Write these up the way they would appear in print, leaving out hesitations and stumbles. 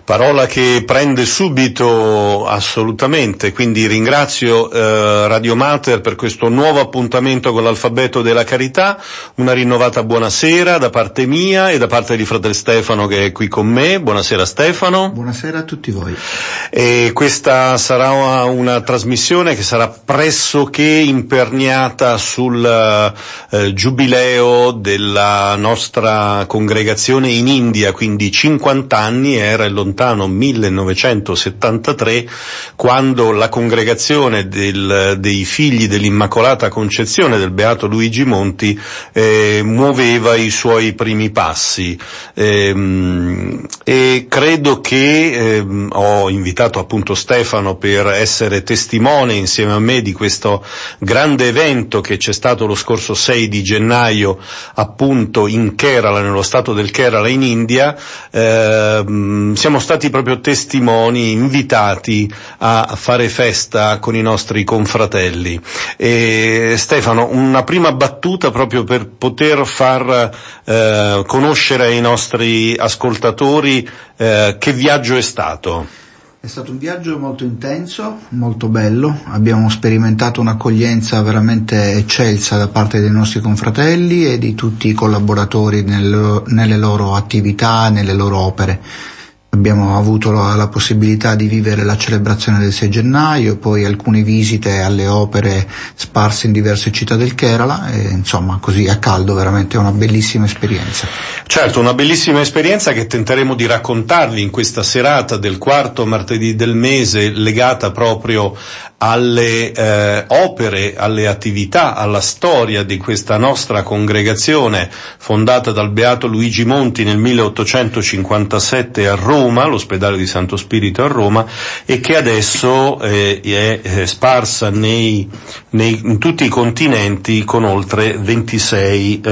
Parola che prende subito assolutamente, quindi ringrazio Radio Mater per questo nuovo appuntamento con l'Alfabeto della Carità, una rinnovata buonasera da parte mia e da parte di Fratel Stefano che è qui con me. Buonasera Stefano. Buonasera a tutti voi. E questa sarà una trasmissione che sarà pressoché imperniata sul giubileo della nostra congregazione in India, quindi 50 anni, era il lontano 1973, quando la congregazione dei figli dell'Immacolata Concezione del Beato Luigi Monti muoveva i suoi primi passi, e credo che ho invitato appunto Stefano per essere testimone insieme a me di questo grande evento che c'è stato lo scorso 6 di gennaio appunto in Kerala, nello stato del Kerala in India. Siamo stati proprio testimoni, invitati a fare festa con i nostri confratelli. E Stefano, una prima battuta proprio per poter far conoscere ai nostri ascoltatori che viaggio è stato. È stato un viaggio molto intenso, molto bello, abbiamo sperimentato un'accoglienza veramente eccelsa da parte dei nostri confratelli e di tutti i collaboratori nelle loro attività, nelle loro opere. Abbiamo avuto la possibilità di vivere la celebrazione del 6 gennaio, poi alcune visite alle opere sparse in diverse città del Kerala, e insomma così a caldo, veramente una bellissima esperienza. Certo, una bellissima esperienza che tenteremo di raccontarvi in questa serata del quarto martedì del mese, legata proprio alle opere, alle attività, alla storia di questa nostra congregazione fondata dal Beato Luigi Monti nel 1857 a Roma, l'ospedale di Santo Spirito a Roma, e che adesso è sparsa in tutti i continenti con in oltre 26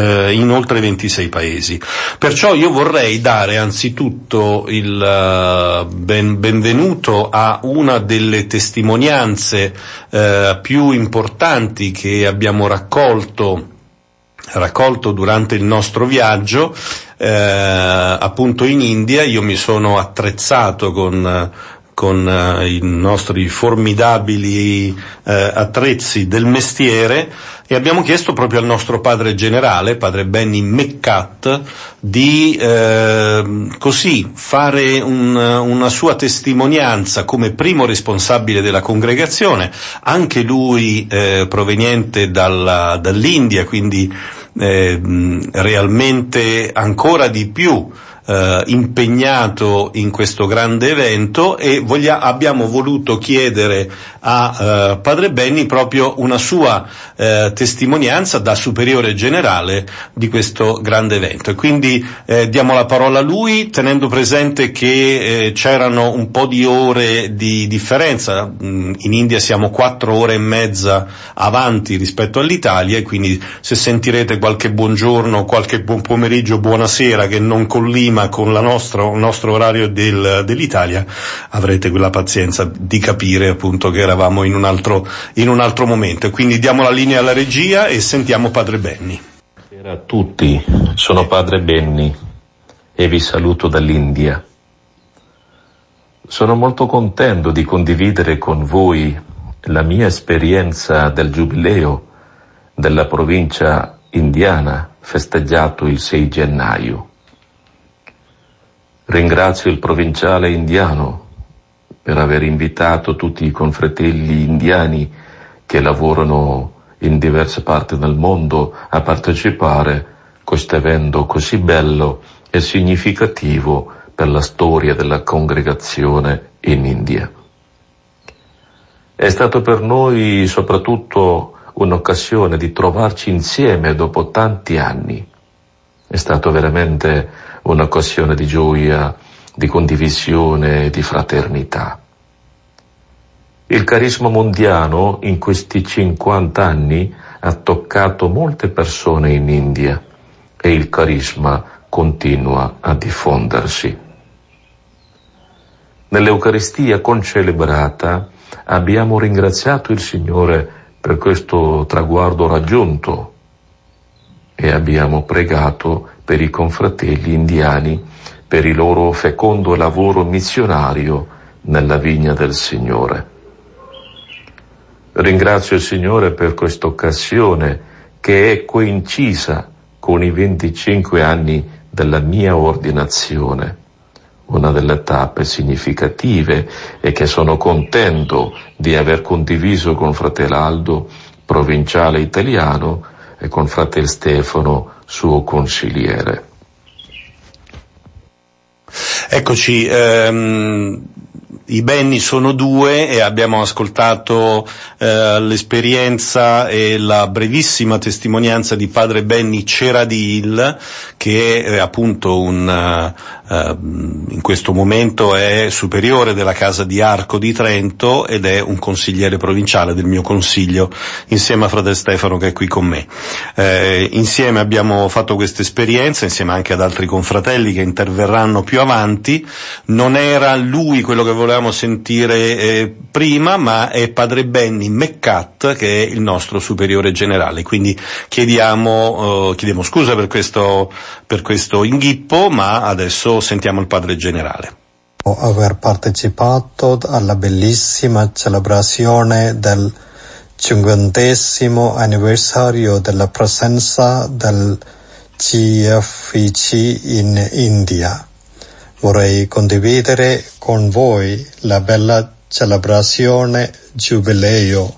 paesi. Perciò io vorrei dare anzitutto il benvenuto a una delle testimonianze più importanti che abbiamo raccolto durante il nostro viaggio, appunto in India. Io mi sono attrezzato con i nostri formidabili attrezzi del mestiere e abbiamo chiesto proprio al nostro padre generale, padre Benny Meccat, di così fare una sua testimonianza come primo responsabile della congregazione, anche lui proveniente dall'India, quindi realmente ancora di più impegnato in questo grande evento, e abbiamo voluto chiedere a padre Benny proprio una sua testimonianza da superiore generale di questo grande evento, e quindi diamo la parola a lui, tenendo presente che c'erano un po' di ore di differenza. In India siamo 4 ore e mezza avanti rispetto all'Italia, e quindi se sentirete qualche buongiorno, qualche buon pomeriggio, buonasera che non collima con il nostro orario dell'Italia, avrete quella pazienza di capire appunto che eravamo in un altro momento. E quindi diamo la linea alla regia e sentiamo padre Benny. Buonasera a tutti, sono padre Benny e vi saluto dall'India. Sono molto contento di condividere con voi la mia esperienza del giubileo della provincia indiana festeggiato il 6 gennaio. Ringrazio il provinciale indiano per aver invitato tutti i confratelli indiani che lavorano in diverse parti del mondo a partecipare a questo evento così bello e significativo per la storia della congregazione in India. È stato per noi soprattutto un'occasione di trovarci insieme dopo tanti anni. È stato veramente un'occasione di gioia, di condivisione, di fraternità. Il carisma mondiano in questi 50 anni ha toccato molte persone in India e il carisma continua a diffondersi. Nell'Eucaristia concelebrata abbiamo ringraziato il Signore per questo traguardo raggiunto e abbiamo pregato per i confratelli indiani per il loro fecondo lavoro missionario nella vigna del Signore. Ringrazio il Signore per questa occasione che è coincisa con i 25 anni della mia ordinazione, una delle tappe significative e che sono contento di aver condiviso con fratello Aldo, provinciale italiano, e con fratello Stefano, suo consigliere. Eccoci, i Benni sono due e abbiamo ascoltato l'esperienza e la brevissima testimonianza di padre Benny Ceradil, che è appunto in questo momento è superiore della casa di Arco di Trento ed è un consigliere provinciale del mio consiglio, insieme a fratello Stefano che è qui con me. Insieme abbiamo fatto questa esperienza, insieme anche ad altri confratelli che interverranno più avanti. Non era lui quello che volevamo sentire prima, ma è padre Benny Meccat, che è il nostro superiore generale. Quindi chiediamo scusa per questo inghippo, ma adesso sentiamo il padre generale. Aver partecipato alla bellissima celebrazione del 50° anniversario della presenza del CFIC in India. Vorrei condividere con voi la bella celebrazione giubileo.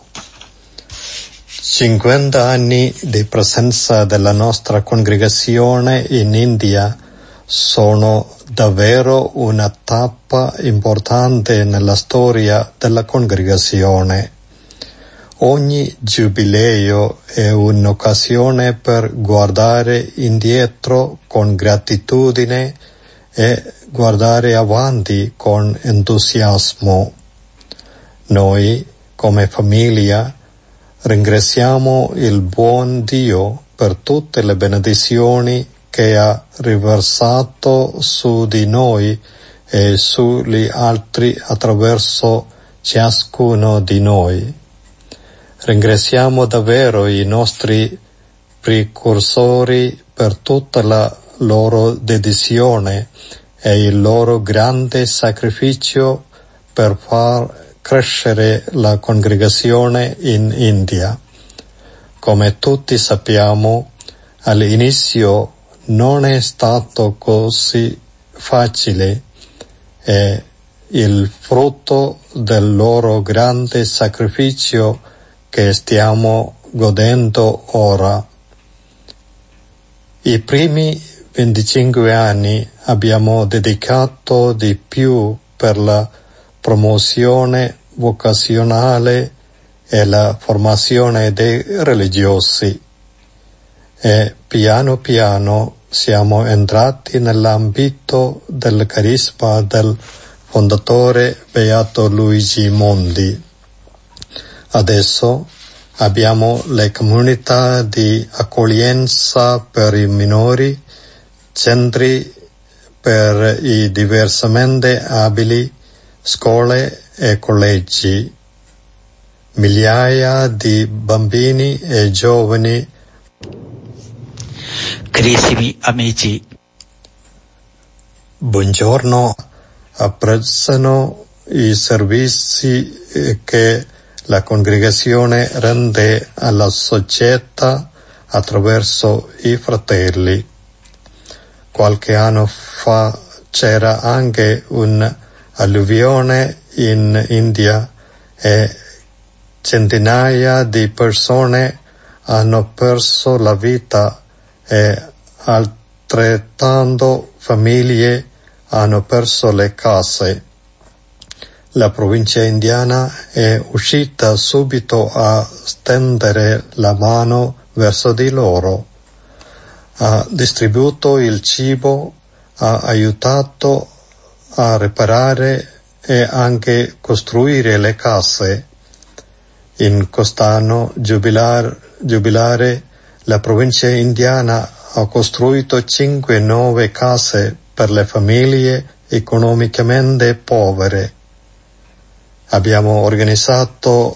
50 anni di presenza della nostra congregazione in India sono davvero una tappa importante nella storia della congregazione. Ogni giubileo è un'occasione per guardare indietro con gratitudine e guardare avanti con entusiasmo. Noi, come famiglia, ringraziamo il buon Dio per tutte le benedizioni che ha riversato su di noi e sugli altri attraverso ciascuno di noi. Ringraziamo davvero i nostri precursori per tutta la loro dedizione e il loro grande sacrificio per far crescere la congregazione in India. Come tutti sappiamo, all'inizio non è stato così facile e il frutto del loro grande sacrificio che stiamo godendo ora. I primi 25 anni abbiamo dedicato di più per la promozione vocazionale e la formazione dei religiosi e piano piano siamo entrati nell'ambito del carisma del fondatore Beato Luigi Mondi. Adesso abbiamo le comunità di accoglienza per i minori, centri per i diversamente abili, scuole e collegi, migliaia di bambini e giovani. Carissimi amici, buongiorno, apprezzano i servizi che la congregazione rende alla società attraverso i fratelli. Qualche anno fa c'era anche un'alluvione in India e centinaia di persone hanno perso la vita e altrettanto famiglie hanno perso le case. La provincia indiana è uscita subito a stendere la mano verso di loro. Ha distribuito il cibo, ha aiutato a riparare e anche costruire le case. In quest'anno giubilare la provincia indiana ha costruito 5 nuove case per le famiglie economicamente povere. Abbiamo organizzato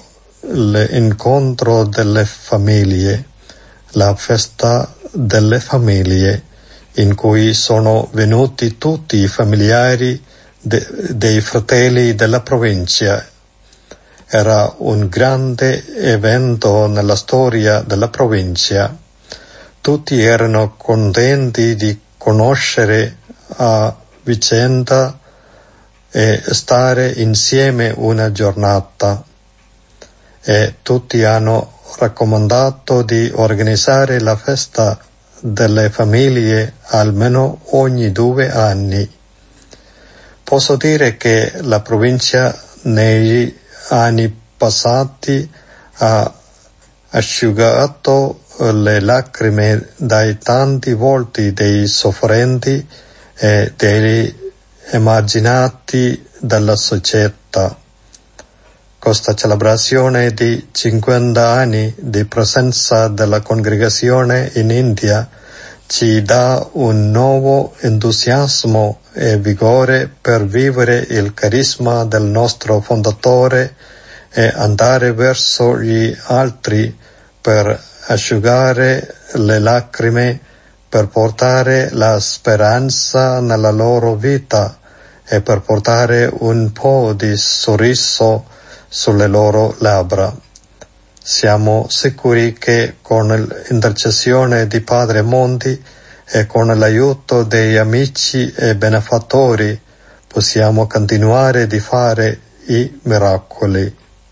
l'incontro delle famiglie, la festa delle famiglie, in cui sono venuti tutti i familiari dei fratelli della provincia. Era un grande evento nella storia della provincia. Tutti erano contenti di conoscere a vicenda e stare insieme una giornata, e tutti hanno raccomandato di organizzare la festa delle famiglie almeno ogni 2 anni. Posso dire che la provincia negli anni passati ha asciugato le lacrime dai tanti volti dei sofferenti e degli emarginati dalla società. Questa celebrazione di 50 anni di presenza della congregazione in India ci dà un nuovo entusiasmo e vigore per vivere il carisma del nostro fondatore e andare verso gli altri per asciugare le lacrime, per portare la speranza nella loro vita e per portare un po' di sorriso sulle loro labbra. Siamo sicuri che con l'intercessione di Padre Monti e con l'aiuto degli amici e benefattori possiamo continuare di fare i miracoli.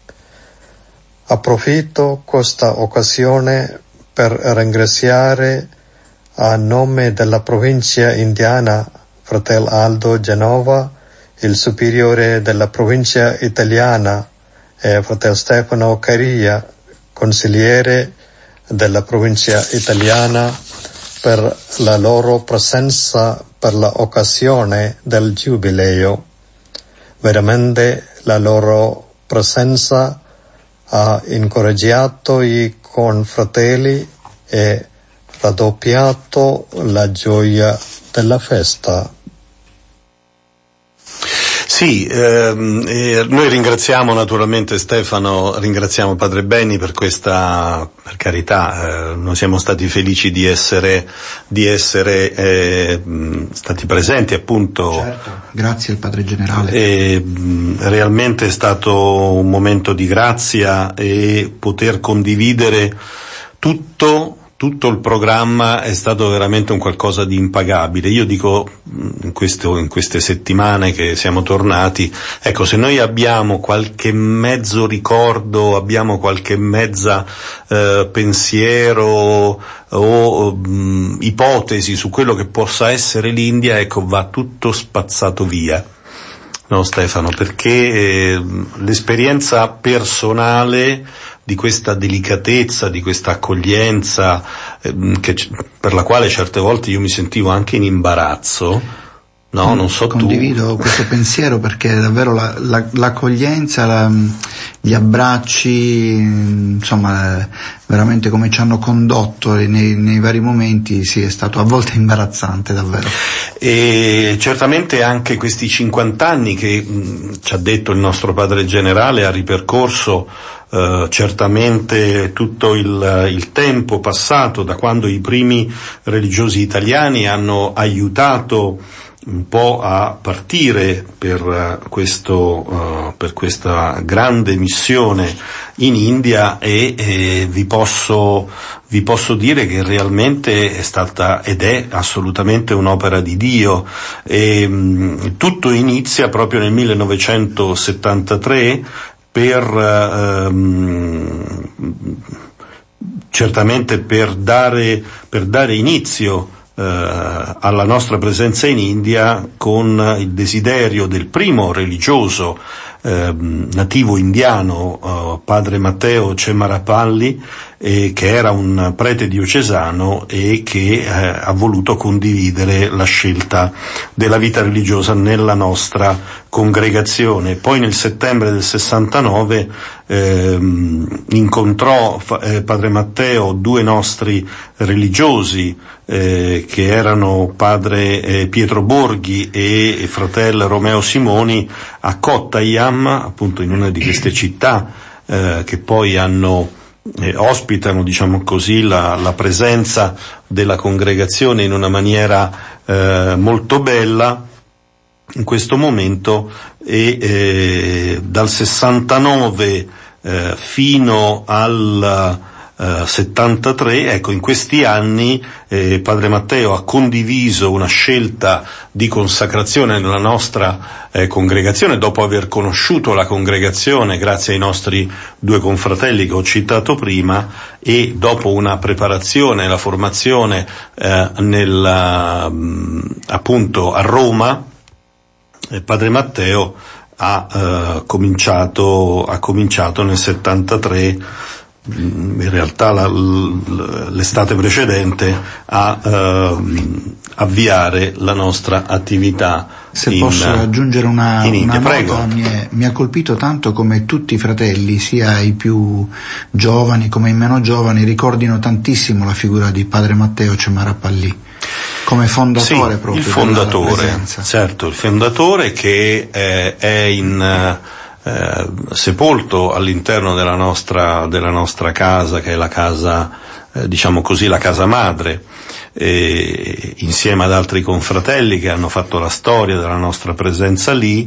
Approfitto questa occasione per ringraziare a nome della provincia indiana Fratel Aldo Genova, il superiore della provincia italiana, e Fratel Stefano Caria, consigliere della provincia italiana, per la loro presenza per l'occasione del giubileo. Veramente la loro presenza ha incoraggiato i confratelli e raddoppiato la gioia della festa. Sì, noi ringraziamo naturalmente Stefano, ringraziamo Padre Benni per questa, per carità, noi siamo stati felici di essere stati presenti, appunto. Certo, grazie al Padre Generale. Realmente è stato un momento di grazia, e poter condividere tutto il programma è stato veramente un qualcosa di impagabile. Io dico, in queste settimane che siamo tornati, ecco, se noi abbiamo qualche mezzo ricordo, abbiamo qualche mezza pensiero o ipotesi su quello che possa essere l'India, ecco, va tutto spazzato via. No, Stefano, perché l'esperienza personale di questa delicatezza, di questa accoglienza, per la quale certe volte io mi sentivo anche in imbarazzo, no? Non so, condivido questo pensiero, perché davvero l'accoglienza, gli abbracci, insomma, veramente come ci hanno condotto nei vari momenti, sì, è stato a volte imbarazzante davvero. E certamente anche questi 50 anni che ci ha detto il nostro Padre Generale ha ripercorso certamente tutto il tempo passato da quando i primi religiosi italiani hanno aiutato un po' a partire per questa grande missione in India, e vi posso dire che realmente è stata ed è assolutamente un'opera di Dio, e tutto inizia proprio nel 1973 certamente per dare inizio alla nostra presenza in India, con il desiderio del primo religioso nativo indiano, padre Matteo Cemarapalli, che era un prete diocesano e che ha voluto condividere la scelta della vita religiosa nella nostra congregazione. Poi nel settembre del 69 incontrò padre Matteo 2 nostri religiosi, che erano padre Pietro Borghi e fratello Romeo Simoni, a Kottayam, appunto in una di queste città che poi hanno ospitano, diciamo così, la presenza della congregazione in una maniera molto bella in questo momento, e dal 69 fino al 73, ecco, in questi anni Padre Matteo ha condiviso una scelta di consacrazione nella nostra congregazione, dopo aver conosciuto la congregazione grazie ai nostri due confratelli che ho citato prima, e dopo una preparazione, la formazione appunto a Roma. Padre Matteo ha cominciato nel 73, in realtà l'estate precedente, a avviare la nostra attività. Se posso aggiungere una India, nota, mi ha colpito tanto come tutti i fratelli, sia i più giovani come i meno giovani, ricordino tantissimo la figura di Padre Matteo Cemarapallì come fondatore, proprio il fondatore, certo, il fondatore che è sepolto all'interno della nostra casa, che è la casa, diciamo così, la casa madre, insieme ad altri confratelli che hanno fatto la storia della nostra presenza lì,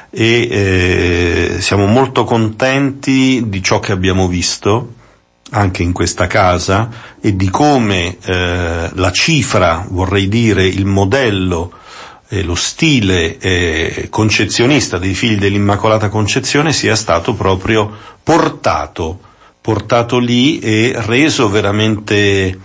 e siamo molto contenti di ciò che abbiamo visto anche in questa casa, e di come la cifra, vorrei dire il modello, lo stile concezionista dei figli dell'Immacolata Concezione sia stato proprio portato lì e reso veramente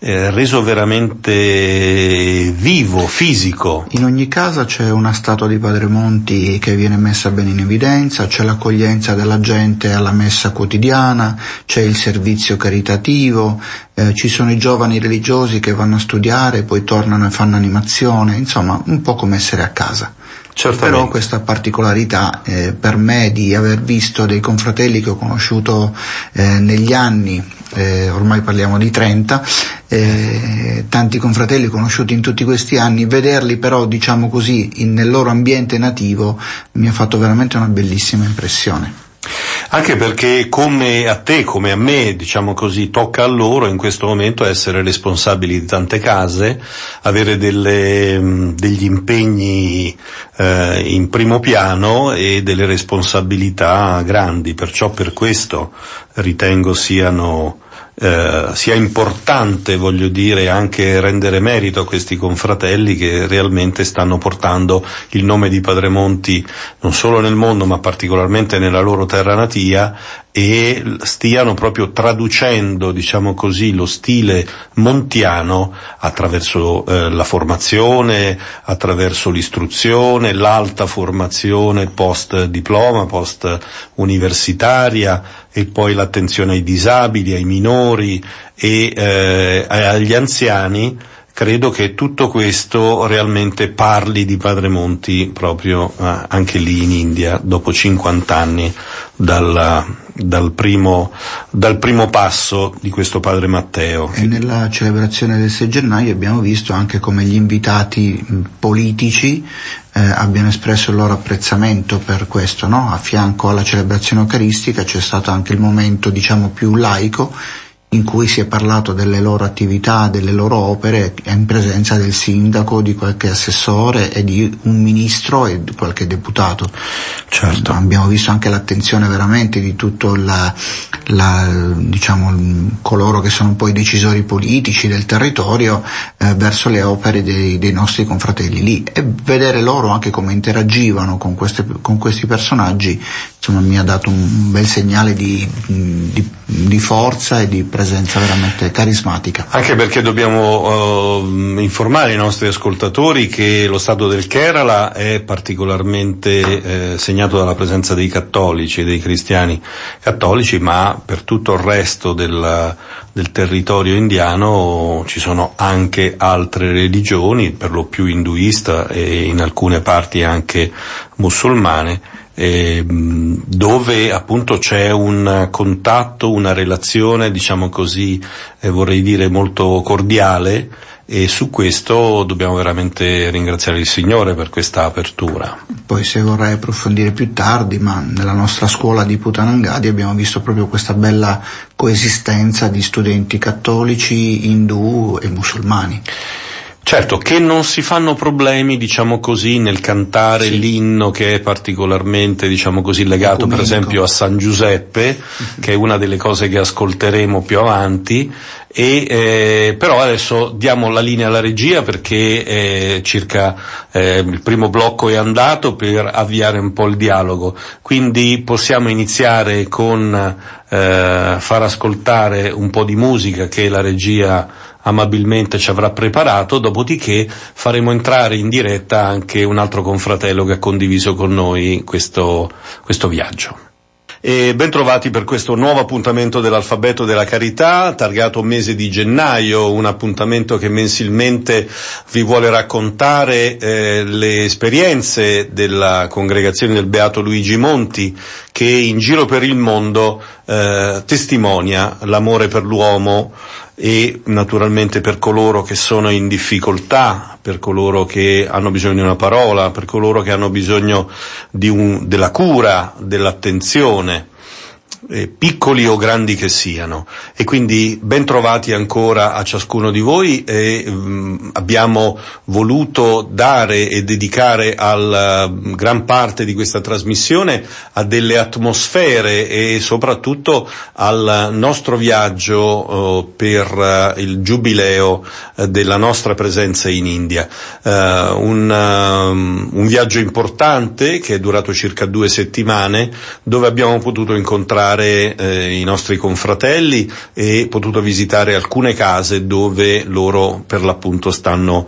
vivo, fisico. In ogni casa c'è una statua di Padre Monti che viene messa bene in evidenza, c'è l'accoglienza della gente alla messa quotidiana, c'è il servizio caritativo, ci sono i giovani religiosi che vanno a studiare, poi tornano e fanno animazione, insomma un po' come essere a casa. Certamente. Però questa particolarità per me, di aver visto dei confratelli che ho conosciuto negli anni, ormai parliamo di 30, tanti confratelli conosciuti in tutti questi anni, vederli però, diciamo così, nel loro ambiente nativo, mi ha fatto veramente una bellissima impressione. Anche perché, come a te, come a me, diciamo così, tocca a loro in questo momento essere responsabili di tante case, avere degli impegni in primo piano e delle responsabilità grandi, perciò per questo ritengo sia importante, voglio dire, anche rendere merito a questi confratelli che realmente stanno portando il nome di Padre Monti non solo nel mondo, ma particolarmente nella loro terra natia, e stiano proprio traducendo, diciamo così, lo stile montiano attraverso la formazione, attraverso l'istruzione, l'alta formazione post diploma, post universitaria, e poi l'attenzione ai disabili, ai minori e agli anziani. Credo che tutto questo realmente parli di Padre Monti proprio anche lì in India, dopo 50 anni dal primo passo di questo Padre Matteo. E nella celebrazione del 6 gennaio abbiamo visto anche come gli invitati politici abbiano espresso il loro apprezzamento per questo, no? A fianco alla celebrazione eucaristica c'è stato anche il momento, diciamo, più laico, in cui si è parlato delle loro attività, delle loro opere, in presenza del sindaco, di qualche assessore e di un ministro e di qualche deputato. Certo. Abbiamo visto anche l'attenzione veramente di tutto coloro che sono poi decisori politici del territorio verso le opere dei nostri confratelli lì, e vedere loro anche come interagivano con questi personaggi, insomma, mi ha dato un bel segnale di forza e di presenza veramente carismatica. Anche perché dobbiamo informare i nostri ascoltatori che lo stato del Kerala è particolarmente segnato dalla presenza dei cattolici, dei cristiani cattolici, ma per tutto il resto del territorio indiano ci sono anche altre religioni, per lo più induista e in alcune parti anche musulmane, dove appunto c'è un contatto, una relazione, diciamo così, vorrei dire molto cordiale, e su questo dobbiamo veramente ringraziare il Signore per questa apertura. Poi, se vorrei approfondire più tardi, ma nella nostra scuola di Putanangadi abbiamo visto proprio questa bella coesistenza di studenti cattolici, indù e musulmani. Certo, che non si fanno problemi, diciamo così, nel cantare l'inno, che è particolarmente, diciamo così, legato per esempio a San Giuseppe, che è una delle cose che ascolteremo più avanti, e però adesso diamo la linea alla regia perché il primo blocco è andato, per avviare un po' il dialogo, quindi possiamo iniziare con far ascoltare un po' di musica che la regia amabilmente ci avrà preparato, dopodiché faremo entrare in diretta anche un altro confratello che ha condiviso con noi questo viaggio. E ben trovati per questo nuovo appuntamento dell'Alfabeto della Carità, targato mese di gennaio, un appuntamento che mensilmente vi vuole raccontare le esperienze della congregazione del Beato Luigi Monti, che in giro per il mondo testimonia l'amore per l'uomo e naturalmente per coloro che sono in difficoltà, per coloro che hanno bisogno di una parola, per coloro che hanno bisogno della cura, dell'attenzione, piccoli o grandi che siano. E quindi ben trovati ancora a ciascuno di voi, e abbiamo voluto dare e dedicare gran parte di questa trasmissione a delle atmosfere e soprattutto al nostro viaggio per il giubileo della nostra presenza in India. Un viaggio importante che è durato circa 2 settimane, dove abbiamo potuto incontrare i nostri confratelli e potuto visitare alcune case dove loro per l'appunto stanno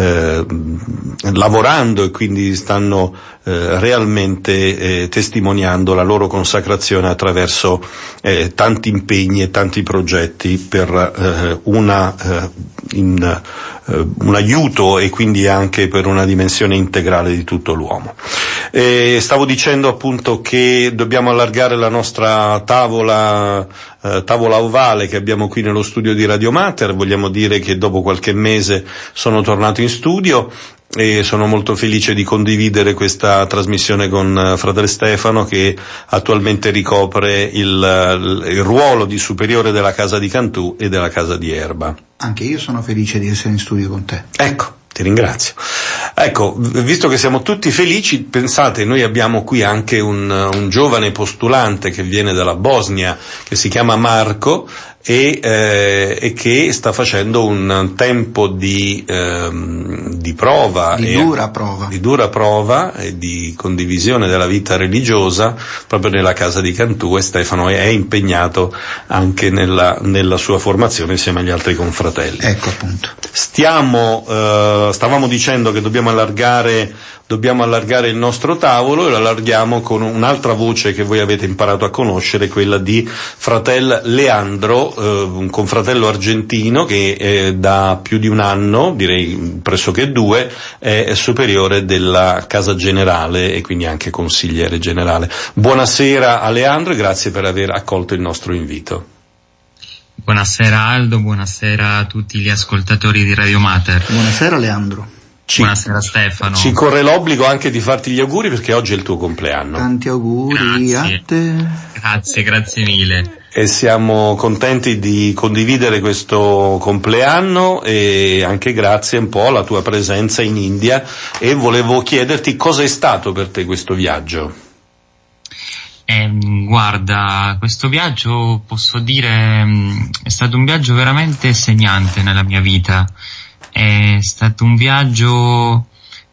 lavorando e quindi stanno realmente testimoniando la loro consacrazione attraverso tanti impegni e tanti progetti per un aiuto e quindi anche per una dimensione integrale di tutto l'uomo. Stavo dicendo appunto che dobbiamo allargare la nostra tavola ovale che abbiamo qui nello studio di Radio Mater. Vogliamo dire che dopo qualche mese sono tornato in studio e sono molto felice di condividere questa trasmissione con Fratel Stefano, che attualmente ricopre il ruolo di superiore della casa di Cantù e della casa di Erba. Anche io sono felice di essere in studio con te. Ecco, ti ringrazio. Ecco, visto che siamo tutti felici, pensate, noi abbiamo qui anche un giovane postulante che viene dalla Bosnia, che si chiama Marco, e che sta facendo un tempo di prova, di dura prova e di condivisione della vita religiosa proprio nella casa di Cantù, e Stefano è impegnato anche nella sua formazione insieme agli altri confratelli. Ecco appunto. Stavamo dicendo che dobbiamo allargare il nostro tavolo, e lo allarghiamo con un'altra voce che voi avete imparato a conoscere, quella di Fratel Leandro, un confratello argentino che da più di un anno, direi pressoché 2, è superiore della Casa Generale e quindi anche consigliere generale. Buonasera a Leandro e grazie per aver accolto il nostro invito. Buonasera Aldo, buonasera a tutti gli ascoltatori di Radio Mater. Buonasera Leandro. Buonasera Stefano. Ci corre l'obbligo anche di farti gli auguri perché oggi è il tuo compleanno. Tanti auguri a te. Grazie mille. E siamo contenti di condividere questo compleanno e anche grazie un po' alla tua presenza in India, e volevo chiederti cosa è stato per te questo viaggio. Guarda, questo viaggio posso dire è stato un viaggio veramente segnante nella mia vita. È stato un viaggio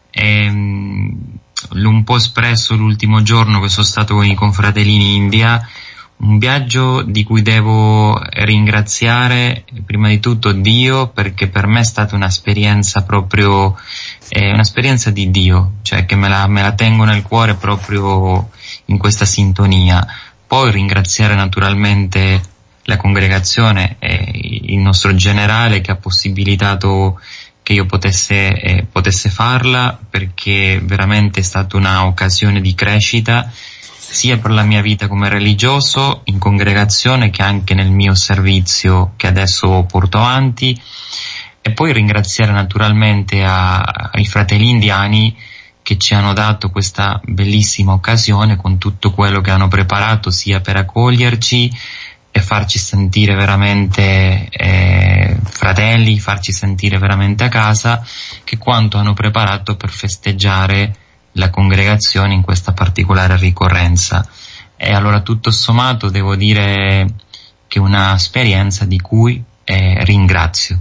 l'ho un po' espresso l'ultimo giorno che sono stato con i confratellini in India, un viaggio di cui devo ringraziare prima di tutto Dio, perché per me è stata un'esperienza proprio un'esperienza di Dio, cioè che me la tengo nel cuore proprio in questa sintonia. Poi ringraziare naturalmente la congregazione e il nostro generale che ha possibilitato che io potesse farla, perché veramente è stata una occasione di crescita sia per la mia vita come religioso in congregazione che anche nel mio servizio che adesso porto avanti. E poi ringraziare naturalmente ai fratelli indiani che ci hanno dato questa bellissima occasione con tutto quello che hanno preparato, sia per accoglierci e farci sentire veramente fratelli, farci sentire veramente a casa, che quanto hanno preparato per festeggiare la congregazione in questa particolare ricorrenza. E allora tutto sommato devo dire che è una esperienza di cui ringrazio.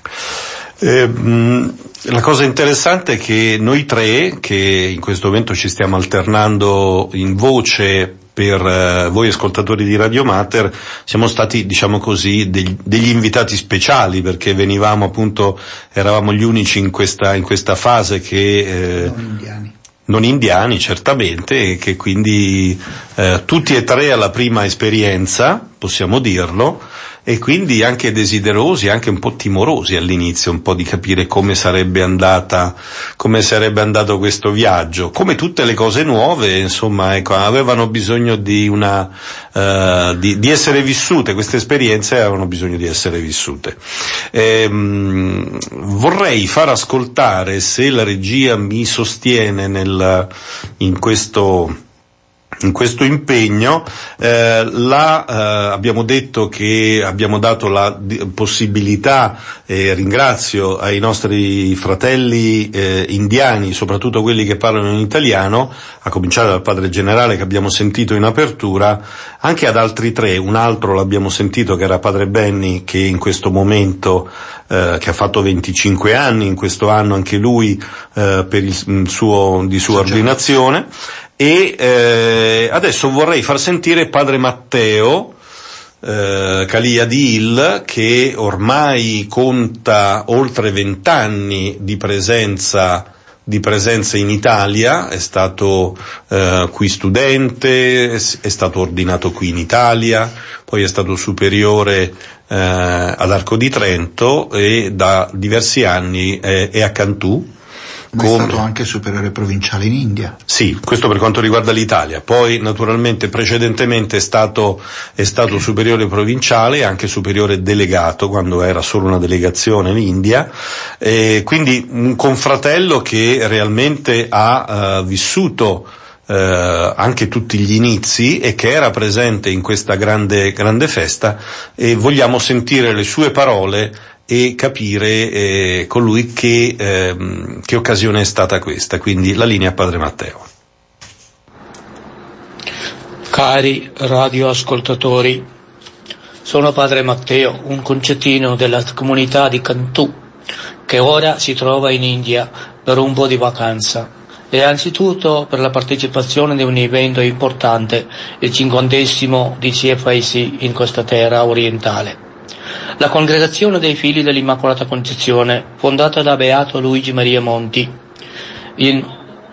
La cosa interessante è che noi tre, che in questo momento ci stiamo alternando in voce per voi ascoltatori di Radio Mater, siamo stati, diciamo così, degli invitati speciali, perché eravamo gli unici in questa fase che non indiani certamente, e che quindi tutti e tre alla prima esperienza, possiamo dirlo, e quindi anche desiderosi, anche un po' timorosi all'inizio, un po' di capire come sarebbe andato questo viaggio. Come tutte le cose nuove, insomma, ecco, avevano bisogno di essere vissute, queste esperienze avevano bisogno di essere vissute. Vorrei far ascoltare, se la regia mi sostiene in questo impegno, abbiamo detto che abbiamo dato la possibilità, ringrazio ai nostri fratelli indiani, soprattutto quelli che parlano in italiano, a cominciare dal padre generale che abbiamo sentito in apertura, anche ad altri tre. Un altro l'abbiamo sentito, che era padre Benny, che in questo momento che ha fatto 25 anni in questo anno anche lui per di sua ordinazione. E adesso vorrei far sentire padre Matteo Calia di Il, che ormai conta oltre 20 anni di presenza in Italia. È stato qui studente, è stato ordinato qui in Italia, poi è stato superiore ad Arco di Trento, e da diversi anni è a Cantù. Ma è stato anche superiore provinciale in India. Sì, questo per quanto riguarda l'Italia. Poi naturalmente precedentemente è stato superiore provinciale e anche superiore delegato, quando era solo una delegazione in India. Quindi un confratello che realmente ha vissuto anche tutti gli inizi, e che era presente in questa grande festa, e vogliamo sentire le sue parole e capire con lui che occasione è stata questa. Quindi la linea a padre Matteo. Cari radioascoltatori, sono padre Matteo, un concettino della comunità di Cantù, che ora si trova in India per un po' di vacanza, e anzitutto per la partecipazione di un evento importante, il 50° di CFIC in questa terra orientale. La Congregazione dei Figli dell'Immacolata Concezione, fondata da Beato Luigi Maria Monti in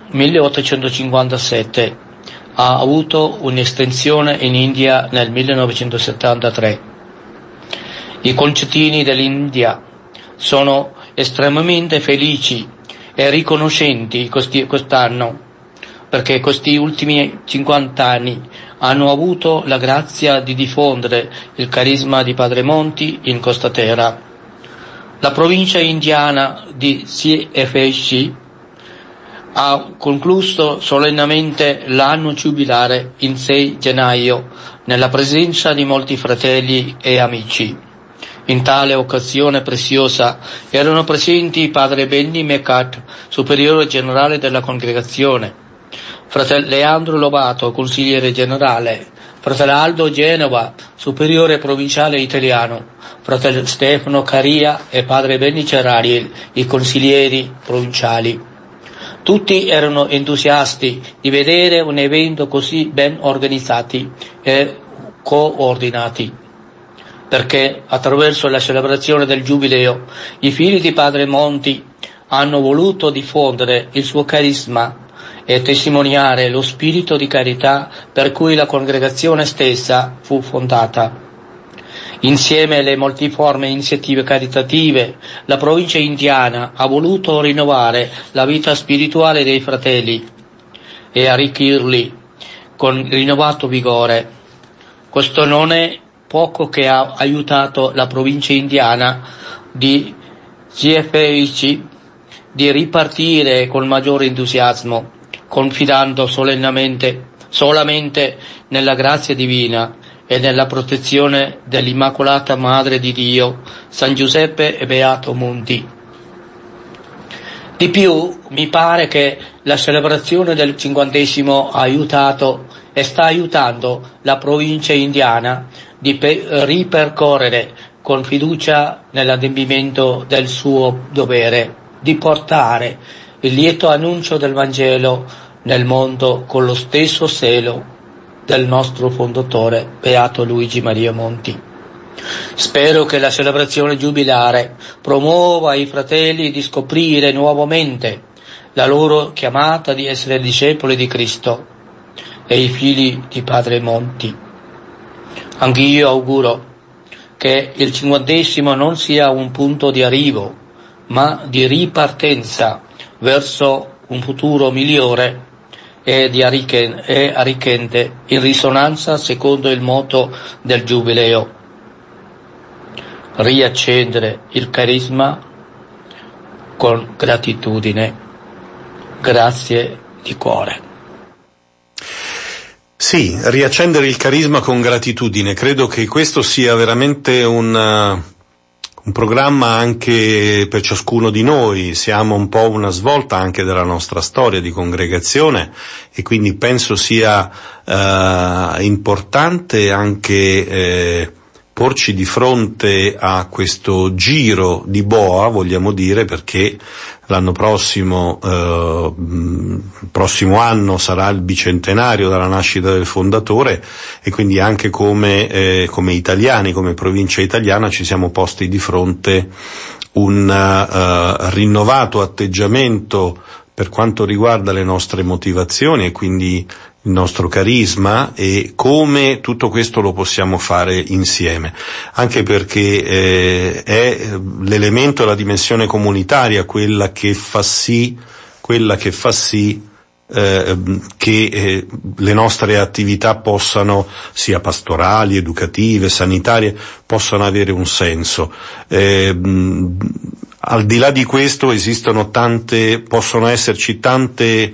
1857, ha avuto un'estensione in India nel 1973. I concettini dell'India sono estremamente felici e riconoscenti quest'anno, perché questi ultimi 50 anni hanno avuto la grazia di diffondere il carisma di Padre Monti in questa terra. La provincia indiana di CFIC ha concluso solennemente l'anno giubilare il 6 gennaio nella presenza di molti fratelli e amici. In tale occasione preziosa erano presenti Padre Benny Mecat, superiore generale della congregazione, fratello Leandro Lobato, consigliere generale, fratello Aldo Genova, superiore provinciale italiano, fratello Stefano Caria e padre Benny Cerari, i consiglieri provinciali. Tutti erano entusiasti di vedere un evento così ben organizzati e coordinati, perché attraverso la celebrazione del Giubileo i figli di Padre Monti hanno voluto diffondere il suo carisma e testimoniare lo spirito di carità per cui la congregazione stessa fu fondata. Insieme alle multiformi iniziative caritative, la provincia indiana ha voluto rinnovare la vita spirituale dei fratelli e arricchirli con rinnovato vigore. Questo non è poco che ha aiutato la provincia indiana di si è felici di ripartire con maggiore entusiasmo, confidando solamente nella grazia divina e nella protezione dell'Immacolata Madre di Dio, San Giuseppe e Beato Monti. Di più, mi pare che la celebrazione del 50° ha aiutato e sta aiutando la provincia indiana di ripercorrere con fiducia nell'adempimento del suo dovere di portare il lieto annuncio del Vangelo nel mondo con lo stesso zelo del nostro fondatore Beato Luigi Maria Monti. Spero che la celebrazione giubilare promuova i fratelli di scoprire nuovamente la loro chiamata di essere discepoli di Cristo e i figli di Padre Monti. Anch'io auguro che il 50° non sia un punto di arrivo, ma di ripartenza verso un futuro migliore e arricchente in risonanza secondo il motto del Giubileo: riaccendere il carisma con gratitudine. Grazie di cuore. Sì, riaccendere il carisma con gratitudine. Credo che questo sia veramente un programma anche per ciascuno di noi. Siamo un po' una svolta anche della nostra storia di congregazione e quindi penso sia importante anche porci di fronte a questo giro di boa, vogliamo dire, perché l'anno prossimo anno sarà il bicentenario dalla nascita del fondatore e quindi anche come italiani, come provincia italiana ci siamo posti di fronte un rinnovato atteggiamento per quanto riguarda le nostre motivazioni e quindi il nostro carisma e come tutto questo lo possiamo fare insieme, anche perché è l'elemento, la dimensione comunitaria quella che fa sì che le nostre attività possano, sia pastorali, educative, sanitarie, possano avere un senso. Al di là di questo possono esserci tante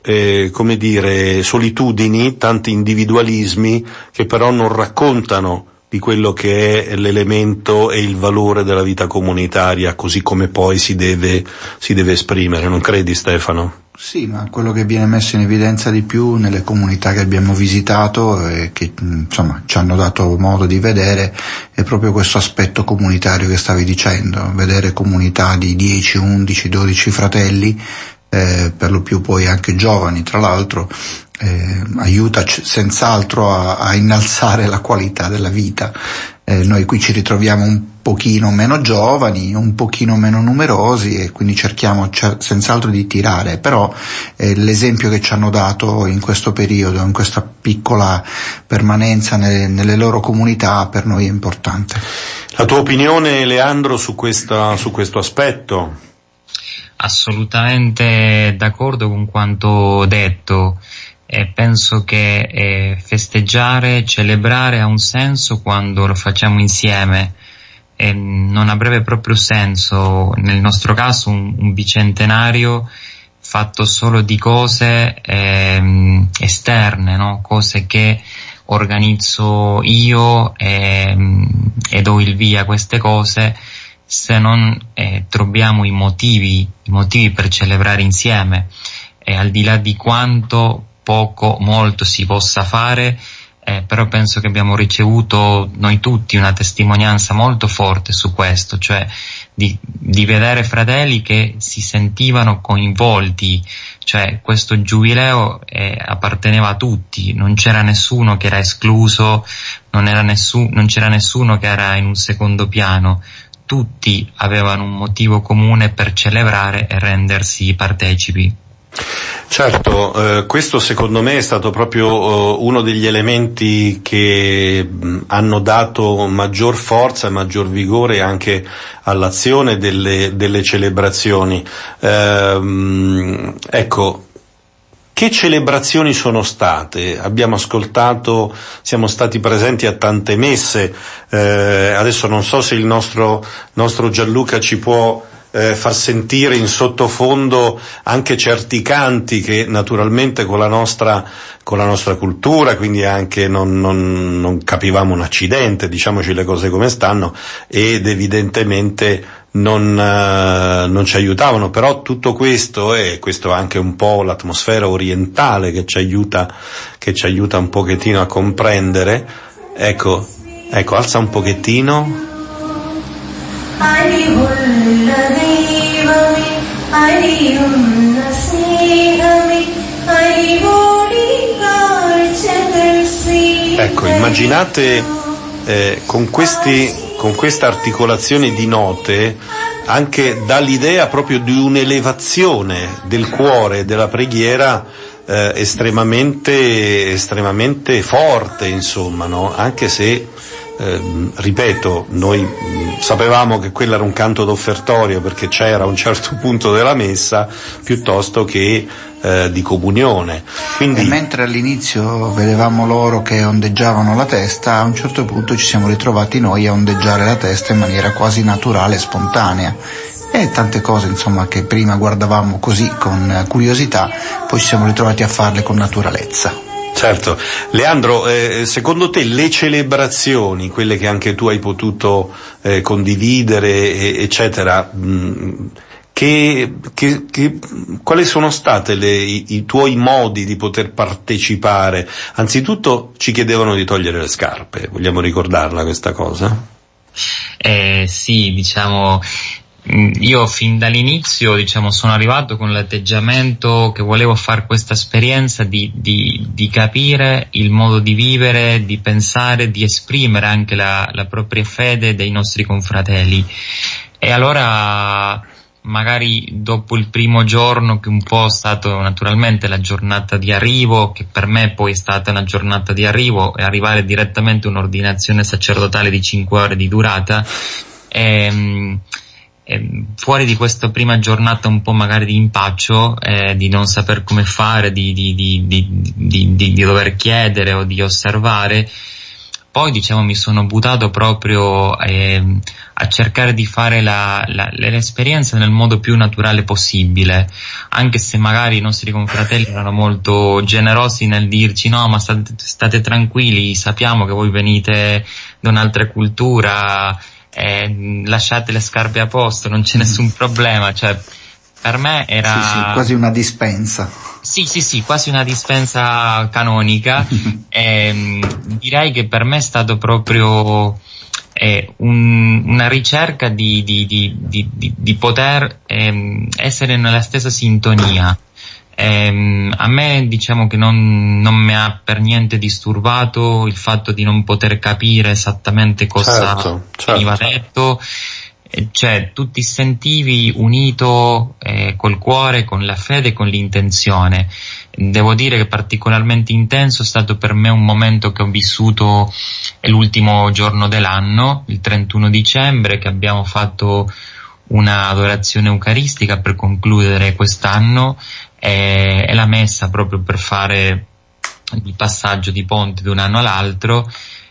solitudini, tanti individualismi che però non raccontano di quello che è l'elemento e il valore della vita comunitaria, così come poi si deve esprimere, non credi, Stefano? Sì, ma quello che viene messo in evidenza di più nelle comunità che abbiamo visitato e che insomma ci hanno dato modo di vedere è proprio questo aspetto comunitario che stavi dicendo, vedere comunità di 10, 11, 12 fratelli, per lo più poi anche giovani, tra l'altro, aiuta senz'altro a innalzare la qualità della vita. Noi qui ci ritroviamo un pochino meno giovani, un pochino meno numerosi e quindi cerchiamo senz'altro di tirare, però l'esempio che ci hanno dato in questo periodo, in questa piccola permanenza nelle loro comunità, per noi è importante. La tua opinione, Leandro, su questo aspetto? Assolutamente d'accordo con quanto detto. Penso che festeggiare, celebrare ha un senso quando lo facciamo insieme. Non avrebbe proprio senso, nel nostro caso, un bicentenario fatto solo di cose esterne, no? Cose che organizzo io e do il via a queste cose, se non troviamo i motivi per celebrare insieme. E al di là di quanto poco, molto si possa fare, però penso che abbiamo ricevuto noi tutti una testimonianza molto forte su questo, cioè di vedere fratelli che si sentivano coinvolti, cioè questo giubileo apparteneva a tutti, non c'era nessuno che era escluso, non c'era nessuno che era in un secondo piano, tutti avevano un motivo comune per celebrare e rendersi partecipi. Certo, questo secondo me è stato proprio uno degli elementi che hanno dato maggior forza e maggior vigore anche all'azione delle celebrazioni. Ecco, che celebrazioni sono state? Abbiamo ascoltato, siamo stati presenti a tante messe, adesso non so se il nostro Gianluca ci può far sentire in sottofondo anche certi canti che naturalmente con la nostra cultura, quindi anche non capivamo un accidente, diciamoci le cose come stanno, ed evidentemente non ci aiutavano, però tutto questo, e questo è anche un po' l'atmosfera orientale che ci aiuta un pochettino a comprendere. Ecco, alza un pochettino. Ecco, immaginate con questa articolazione di note anche dà l'idea proprio di un'elevazione del cuore della preghiera estremamente forte, insomma, no? Anche se ripeto, noi sapevamo che quello era un canto d'offertorio perché c'era a un certo punto della messa piuttosto che di comunione. Quindi, e mentre all'inizio vedevamo loro che ondeggiavano la testa, a un certo punto ci siamo ritrovati noi a ondeggiare la testa in maniera quasi naturale e spontanea. E tante cose, insomma, che prima guardavamo così con curiosità, poi ci siamo ritrovati a farle con naturalezza. Certo. Leandro, secondo te le celebrazioni, quelle che anche tu hai potuto condividere, eccetera, quali sono state i tuoi modi di poter partecipare? Anzitutto ci chiedevano di togliere le scarpe, vogliamo ricordarla questa cosa? Sì, diciamo, io fin dall'inizio, sono arrivato con l'atteggiamento che volevo fare questa esperienza di capire il modo di vivere, di pensare, di esprimere anche la propria fede dei nostri confratelli. E allora, magari dopo il primo giorno, che un po' è stato naturalmente la giornata di arrivo, che per me poi è stata una giornata di arrivo, e arrivare direttamente a un'ordinazione sacerdotale di 5 ore di durata, fuori di questa prima giornata un po' magari di impaccio, di non saper come fare, di dover chiedere o di osservare, poi mi sono buttato proprio a cercare di fare l'esperienza nel modo più naturale possibile, anche se magari i nostri confratelli erano molto generosi nel dirci no, ma state tranquilli, sappiamo che voi venite da un'altra cultura, lasciate le scarpe a posto, non c'è nessun problema, per me era sì, quasi una dispensa. Sì, quasi una dispensa canonica. Direi che per me è stato proprio una ricerca di poter essere nella stessa sintonia. A me che non mi ha per niente disturbato il fatto di non poter capire esattamente cosa veniva detto, tu ti sentivi unito col cuore, con la fede, con l'intenzione. Devo dire che particolarmente intenso è stato per me un momento che ho vissuto l'ultimo giorno dell'anno, il 31 dicembre, che abbiamo fatto una adorazione eucaristica per concludere quest'anno, e la messa proprio per fare il passaggio di ponte da un anno all'altro,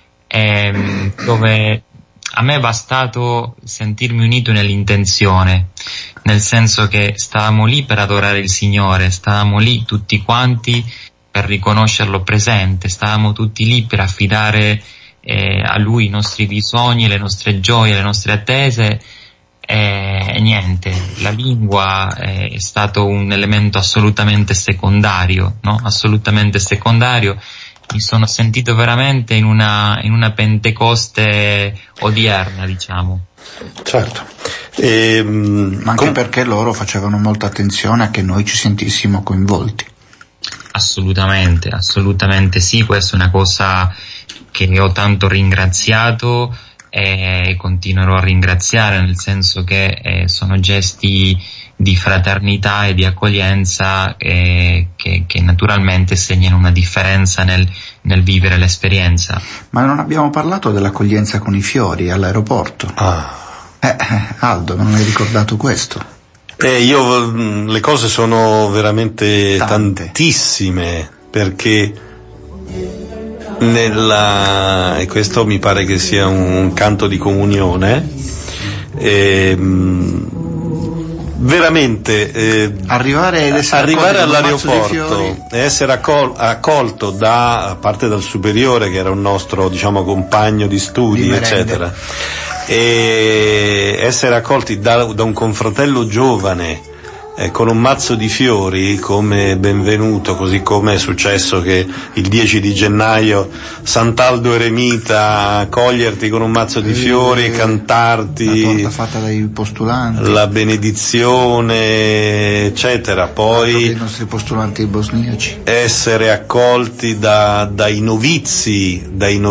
dove a me è bastato sentirmi unito nell'intenzione, nel senso che stavamo lì per adorare il Signore, stavamo lì tutti quanti per riconoscerlo presente, stavamo tutti lì per affidare a Lui i nostri bisogni, le nostre gioie, le nostre attese. E niente, la lingua è stato un elemento assolutamente secondario, no? Assolutamente secondario. Mi sono sentito veramente in una Pentecoste odierna, diciamo. Certo. Ma anche perché loro facevano molta attenzione a che noi ci sentissimo coinvolti. Assolutamente sì, questa è una cosa che ho tanto ringraziato e continuerò a ringraziare, nel senso che sono gesti di fraternità e di accoglienza che naturalmente segnano una differenza nel vivere l'esperienza. Ma non abbiamo parlato dell'accoglienza con i fiori all'aeroporto. Aldo, non hai ricordato questo? Io le cose sono veramente tantissime, perché e questo mi pare che sia un canto di comunione, veramente arrivare all'aeroporto e essere accolto a parte dal superiore, che era un nostro, diciamo, compagno di studi, eccetera, e essere accolti da un confratello giovane con un mazzo di fiori come benvenuto, così come è successo che il 10 di gennaio Sant'Aldo Eremita coglierti con un mazzo di fiori e cantarti la torta fatta dai postulanti, la benedizione, eccetera. Poi i nostri postulanti bosniaci, essere accolti dai novizi,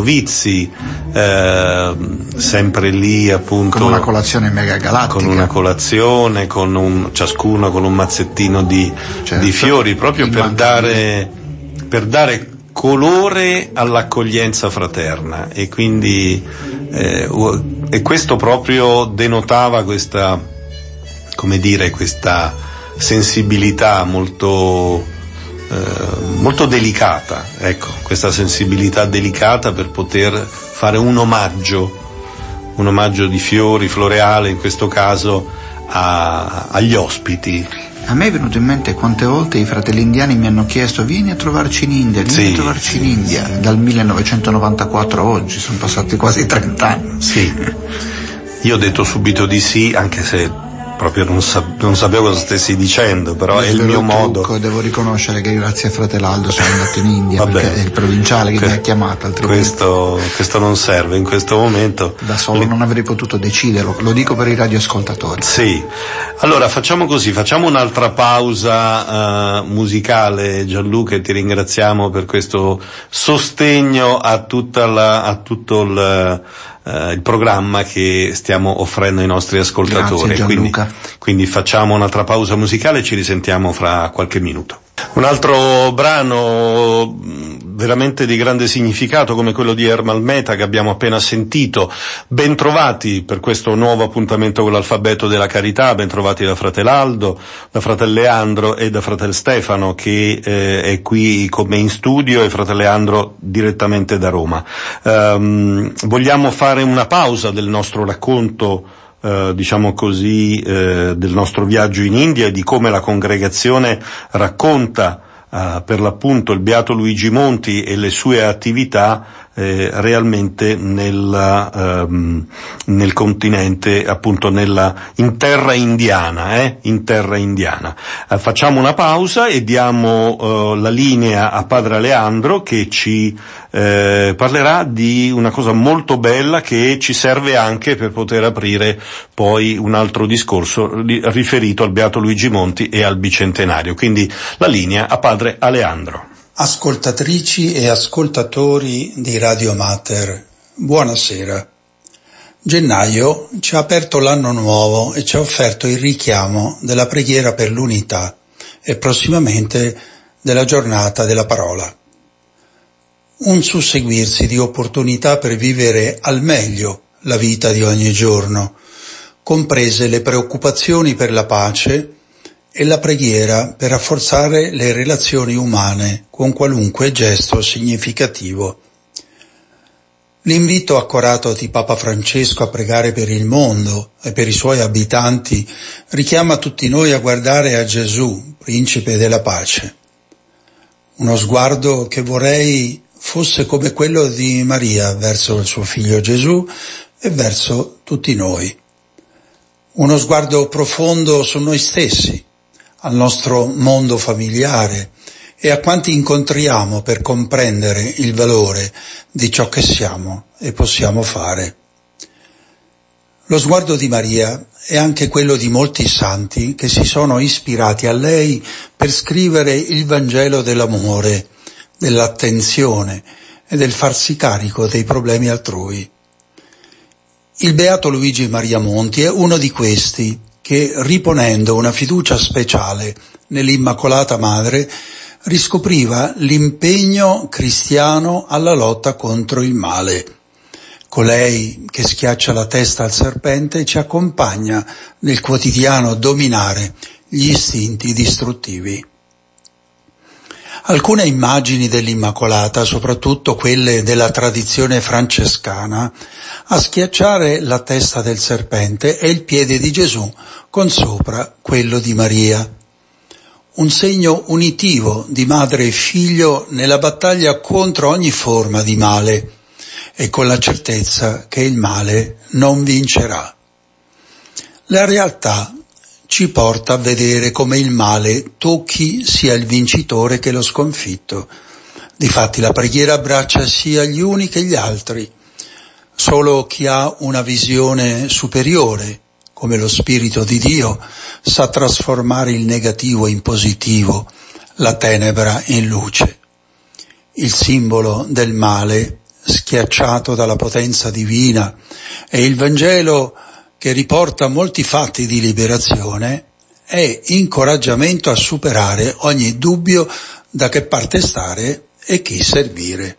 sempre lì appunto con una colazione mega galattica, ciascuno con un mazzettino di fiori, proprio per dare colore all'accoglienza fraterna, e quindi e questo proprio denotava questa sensibilità molto delicata, ecco, questa sensibilità delicata per poter fare un omaggio di fiori, floreale in questo caso, agli ospiti. A me è venuto in mente quante volte i fratelli indiani mi hanno chiesto vieni a trovarci in India, dal 1994 a oggi, sono passati quasi 30 anni. Sì, io ho detto subito di sì, anche se proprio non sapevo cosa stessi dicendo, però è il mio modo. Devo riconoscere che grazie a Fratelaldo sono andato in India, perché è il provinciale che mi ha chiamato, altrimenti questo non serve in questo momento. Da solo non avrei potuto deciderlo, lo dico per i radioascoltatori. Sì, allora facciamo così, facciamo un'altra pausa musicale, Gianluca, e ti ringraziamo per questo sostegno a tutto il programma che stiamo offrendo ai nostri ascoltatori. Grazie, Gianluca. Quindi facciamo un'altra pausa musicale e ci risentiamo fra qualche minuto. Un altro brano veramente di grande significato come quello di Ermal Meta che abbiamo appena sentito. Ben trovati per questo nuovo appuntamento con l'alfabeto della carità, ben trovati da Fratelaldo, da Fratel Leandro e da Fratel Stefano che è qui con me in studio, e Fratel Leandro direttamente da Roma. Vogliamo fare una pausa del nostro racconto, diciamo così, del nostro viaggio in India e di come la congregazione racconta per l'appunto il Beato Luigi Monti e le sue attività realmente nel continente, appunto in terra indiana, facciamo una pausa e diamo la linea a Padre Aleandro, che ci parlerà di una cosa molto bella che ci serve anche per poter aprire poi un altro discorso riferito al Beato Luigi Monti e al bicentenario. Quindi la linea a Padre Aleandro. Ascoltatrici e ascoltatori di Radio Mater, buonasera. Gennaio ci ha aperto l'anno nuovo e ci ha offerto il richiamo della preghiera per l'unità e prossimamente della giornata della parola. Un susseguirsi di opportunità per vivere al meglio la vita di ogni giorno, comprese le preoccupazioni per la pace e la preghiera per rafforzare le relazioni umane con qualunque gesto significativo. L'invito accorato di Papa Francesco a pregare per il mondo e per i suoi abitanti richiama tutti noi a guardare a Gesù, principe della pace. Uno sguardo che vorrei fosse come quello di Maria verso il suo figlio Gesù e verso tutti noi. Uno sguardo profondo su noi stessi, al nostro mondo familiare e a quanti incontriamo per comprendere il valore di ciò che siamo e possiamo fare. Lo sguardo di Maria è anche quello di molti santi che si sono ispirati a lei per scrivere il Vangelo dell'amore, dell'attenzione e del farsi carico dei problemi altrui. Il Beato Luigi Maria Monti è uno di questi che, riponendo una fiducia speciale nell'Immacolata Madre, riscopriva l'impegno cristiano alla lotta contro il male. Colei che schiaccia la testa al serpente ci accompagna nel quotidiano dominare gli istinti distruttivi. Alcune immagini dell'Immacolata, soprattutto quelle della tradizione francescana, a schiacciare la testa del serpente e il piede di Gesù con sopra quello di Maria. Un segno unitivo di madre e figlio nella battaglia contro ogni forma di male e con la certezza che il male non vincerà. La realtà ci porta a vedere come il male tocchi sia il vincitore che lo sconfitto. Difatti la preghiera abbraccia sia gli uni che gli altri. Solo chi ha una visione superiore, come lo Spirito di Dio, sa trasformare il negativo in positivo, la tenebra in luce. Il simbolo del male, schiacciato dalla potenza divina, e il Vangelo che riporta molti fatti di liberazione, è incoraggiamento a superare ogni dubbio da che parte stare e chi servire.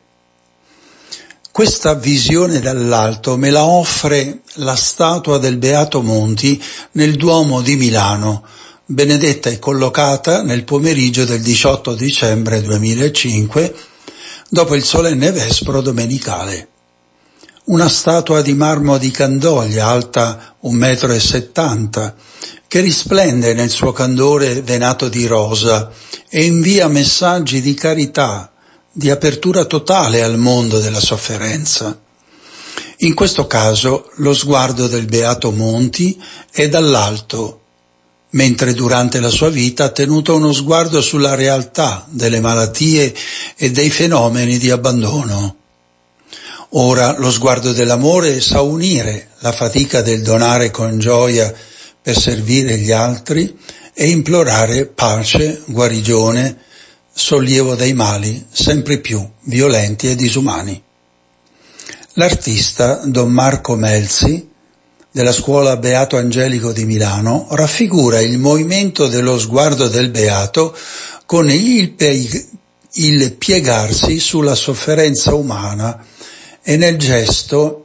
Questa visione dall'alto me la offre la statua del Beato Monti nel Duomo di Milano, benedetta e collocata nel pomeriggio del 18 dicembre 2005, dopo il solenne vespro domenicale. Una statua di marmo di Candoglia, alta 1,70 m, che risplende nel suo candore venato di rosa e invia messaggi di carità, di apertura totale al mondo della sofferenza. In questo caso lo sguardo del Beato Monti è dall'alto, mentre durante la sua vita ha tenuto uno sguardo sulla realtà delle malattie e dei fenomeni di abbandono. Ora lo sguardo dell'amore sa unire la fatica del donare con gioia per servire gli altri e implorare pace, guarigione, sollievo dai mali sempre più violenti e disumani. L'artista Don Marco Melzi, della Scuola Beato Angelico di Milano, raffigura il movimento dello sguardo del Beato con il piegarsi sulla sofferenza umana e nel gesto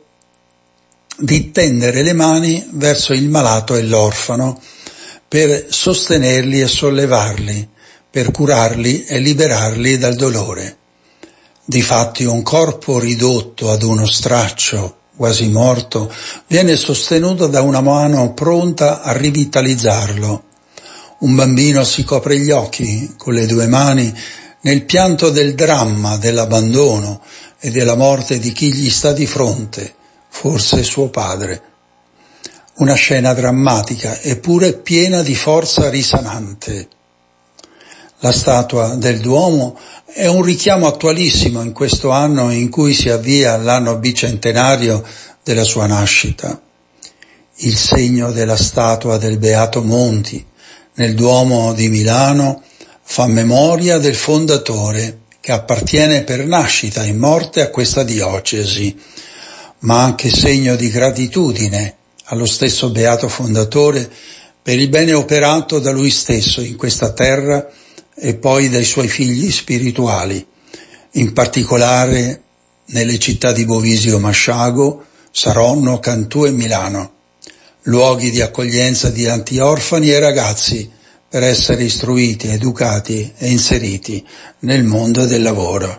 di tendere le mani verso il malato e l'orfano per sostenerli e sollevarli, per curarli e liberarli dal dolore. Difatti un corpo ridotto ad uno straccio, quasi morto, viene sostenuto da una mano pronta a rivitalizzarlo. Un bambino si copre gli occhi con le due mani nel pianto del dramma, dell'abbandono e della morte di chi gli sta di fronte, forse suo padre. Una scena drammatica, eppure piena di forza risanante. La statua del Duomo è un richiamo attualissimo in questo anno in cui si avvia l'anno bicentenario della sua nascita. Il segno della statua del Beato Monti nel Duomo di Milano fa memoria del fondatore, che appartiene per nascita e morte a questa diocesi, ma anche segno di gratitudine allo stesso beato fondatore per il bene operato da lui stesso in questa terra e poi dai suoi figli spirituali, in particolare nelle città di Bovisio Masciago, Saronno, Cantù e Milano, luoghi di accoglienza di tanti orfani e ragazzi per essere istruiti, educati e inseriti nel mondo del lavoro.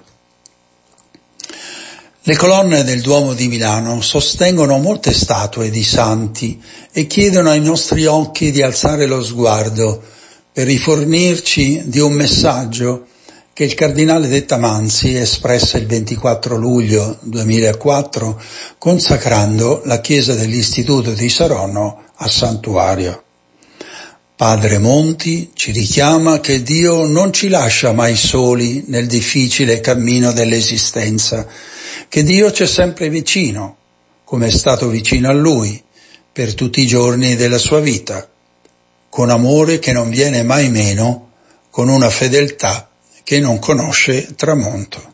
Le colonne del Duomo di Milano sostengono molte statue di santi e chiedono ai nostri occhi di alzare lo sguardo per rifornirci di un messaggio che il cardinale Dettamanzi espresse il 24 luglio 2004 consacrando la chiesa dell'Istituto di Saronno a santuario. Padre Monti ci richiama che Dio non ci lascia mai soli nel difficile cammino dell'esistenza, che Dio c'è sempre vicino, come è stato vicino a Lui per tutti i giorni della sua vita, con amore che non viene mai meno, con una fedeltà che non conosce tramonto.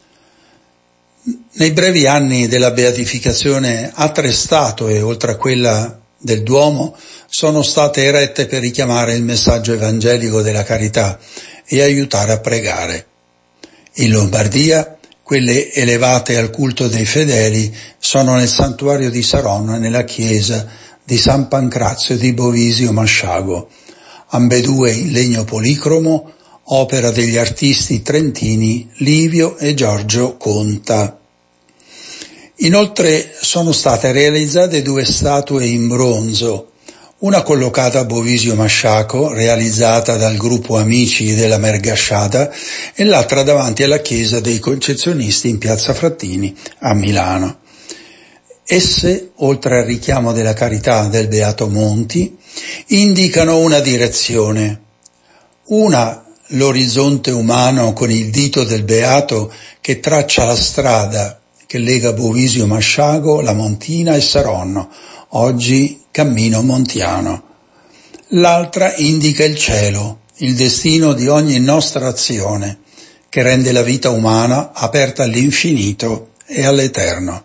Nei brevi anni della beatificazione altre statue, oltre a quella del Duomo, sono state erette per richiamare il messaggio evangelico della carità e aiutare a pregare. In Lombardia, quelle elevate al culto dei fedeli sono nel santuario di Saronno e nella chiesa di San Pancrazio di Bovisio Masciago, ambedue in legno policromo, opera degli artisti trentini Livio e Giorgio Conta. Inoltre sono state realizzate 2 statue in bronzo, una collocata a Bovisio Masciaco, realizzata dal gruppo Amici della Mergasciata, e l'altra davanti alla chiesa dei Concezionisti in Piazza Frattini a Milano. Esse, oltre al richiamo della carità del Beato Monti, indicano una direzione. Una, l'orizzonte umano con il dito del Beato che traccia la strada che lega Bovisio Masciaco, La Montina e Saronno, oggi Cammino Montiano. L'altra indica il cielo, il destino di ogni nostra azione, che rende la vita umana aperta all'infinito e all'eterno.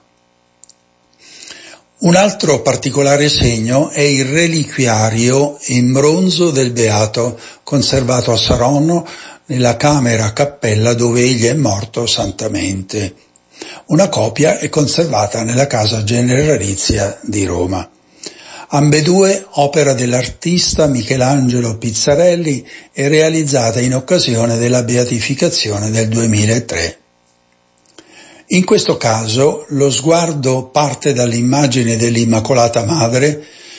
Un altro particolare segno è il reliquiario in bronzo del Beato, conservato a Saronno nella camera cappella dove egli è morto santamente. Una copia è conservata nella Casa Generalizia di Roma. Ambedue opera dell'artista Michelangelo Pizzarelli e realizzata in occasione della beatificazione del 2003. In questo caso lo sguardo parte dall'immagine dell'Immacolata Madre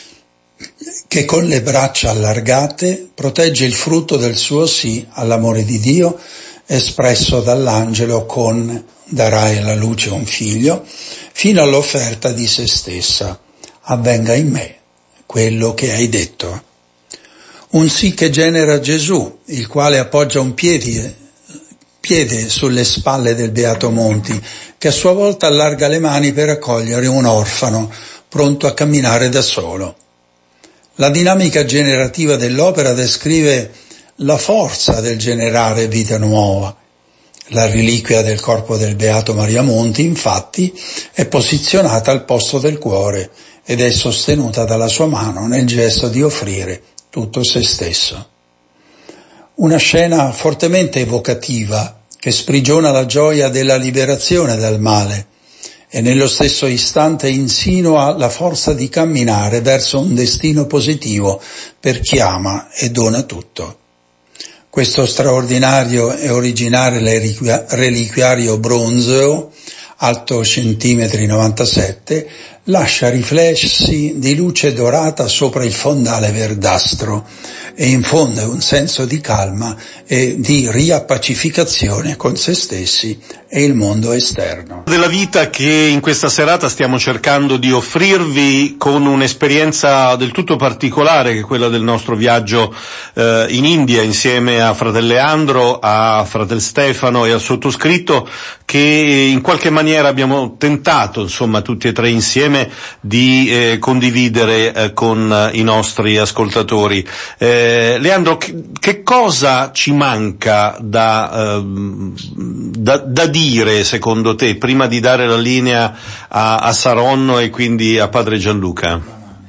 che con le braccia allargate protegge il frutto del suo sì all'amore di Dio, espresso dall'angelo con «darai alla luce un figlio», fino all'offerta di se stessa: «Avvenga in me quello che hai detto». Un sì che genera Gesù, il quale appoggia un piede sulle spalle del Beato Monti, che a sua volta allarga le mani per accogliere un orfano pronto a camminare da solo. La dinamica generativa dell'opera descrive la forza del generare vita nuova. La reliquia del corpo del Beato Maria Monti, infatti, è posizionata al posto del cuore ed è sostenuta dalla sua mano nel gesto di offrire tutto se stesso. Una scena fortemente evocativa che sprigiona la gioia della liberazione dal male e nello stesso istante insinua la forza di camminare verso un destino positivo per chi ama e dona tutto. Questo straordinario e originale reliquiario bronzeo, alto centimetri 97, lascia riflessi di luce dorata sopra il fondale verdastro e infonde un senso di calma e di riappacificazione con se stessi e il mondo esterno. Della vita che in questa serata stiamo cercando di offrirvi con un'esperienza del tutto particolare, che è quella del nostro viaggio in India insieme a Fratel Leandro, a Fratel Stefano e al sottoscritto, che in qualche maniera abbiamo tentato, insomma, tutti e tre insieme di condividere con i nostri ascoltatori. Leandro, che cosa ci manca da dire, secondo te, prima di dare la linea a Saronno e quindi a Padre Gianluca?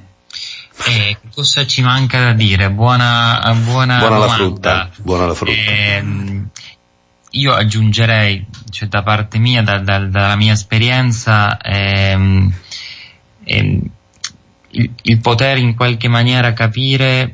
Cosa ci manca da dire? Buona la frutta. Buona la frutta. Io aggiungerei, cioè da parte mia, dalla mia esperienza, il poter in qualche maniera capire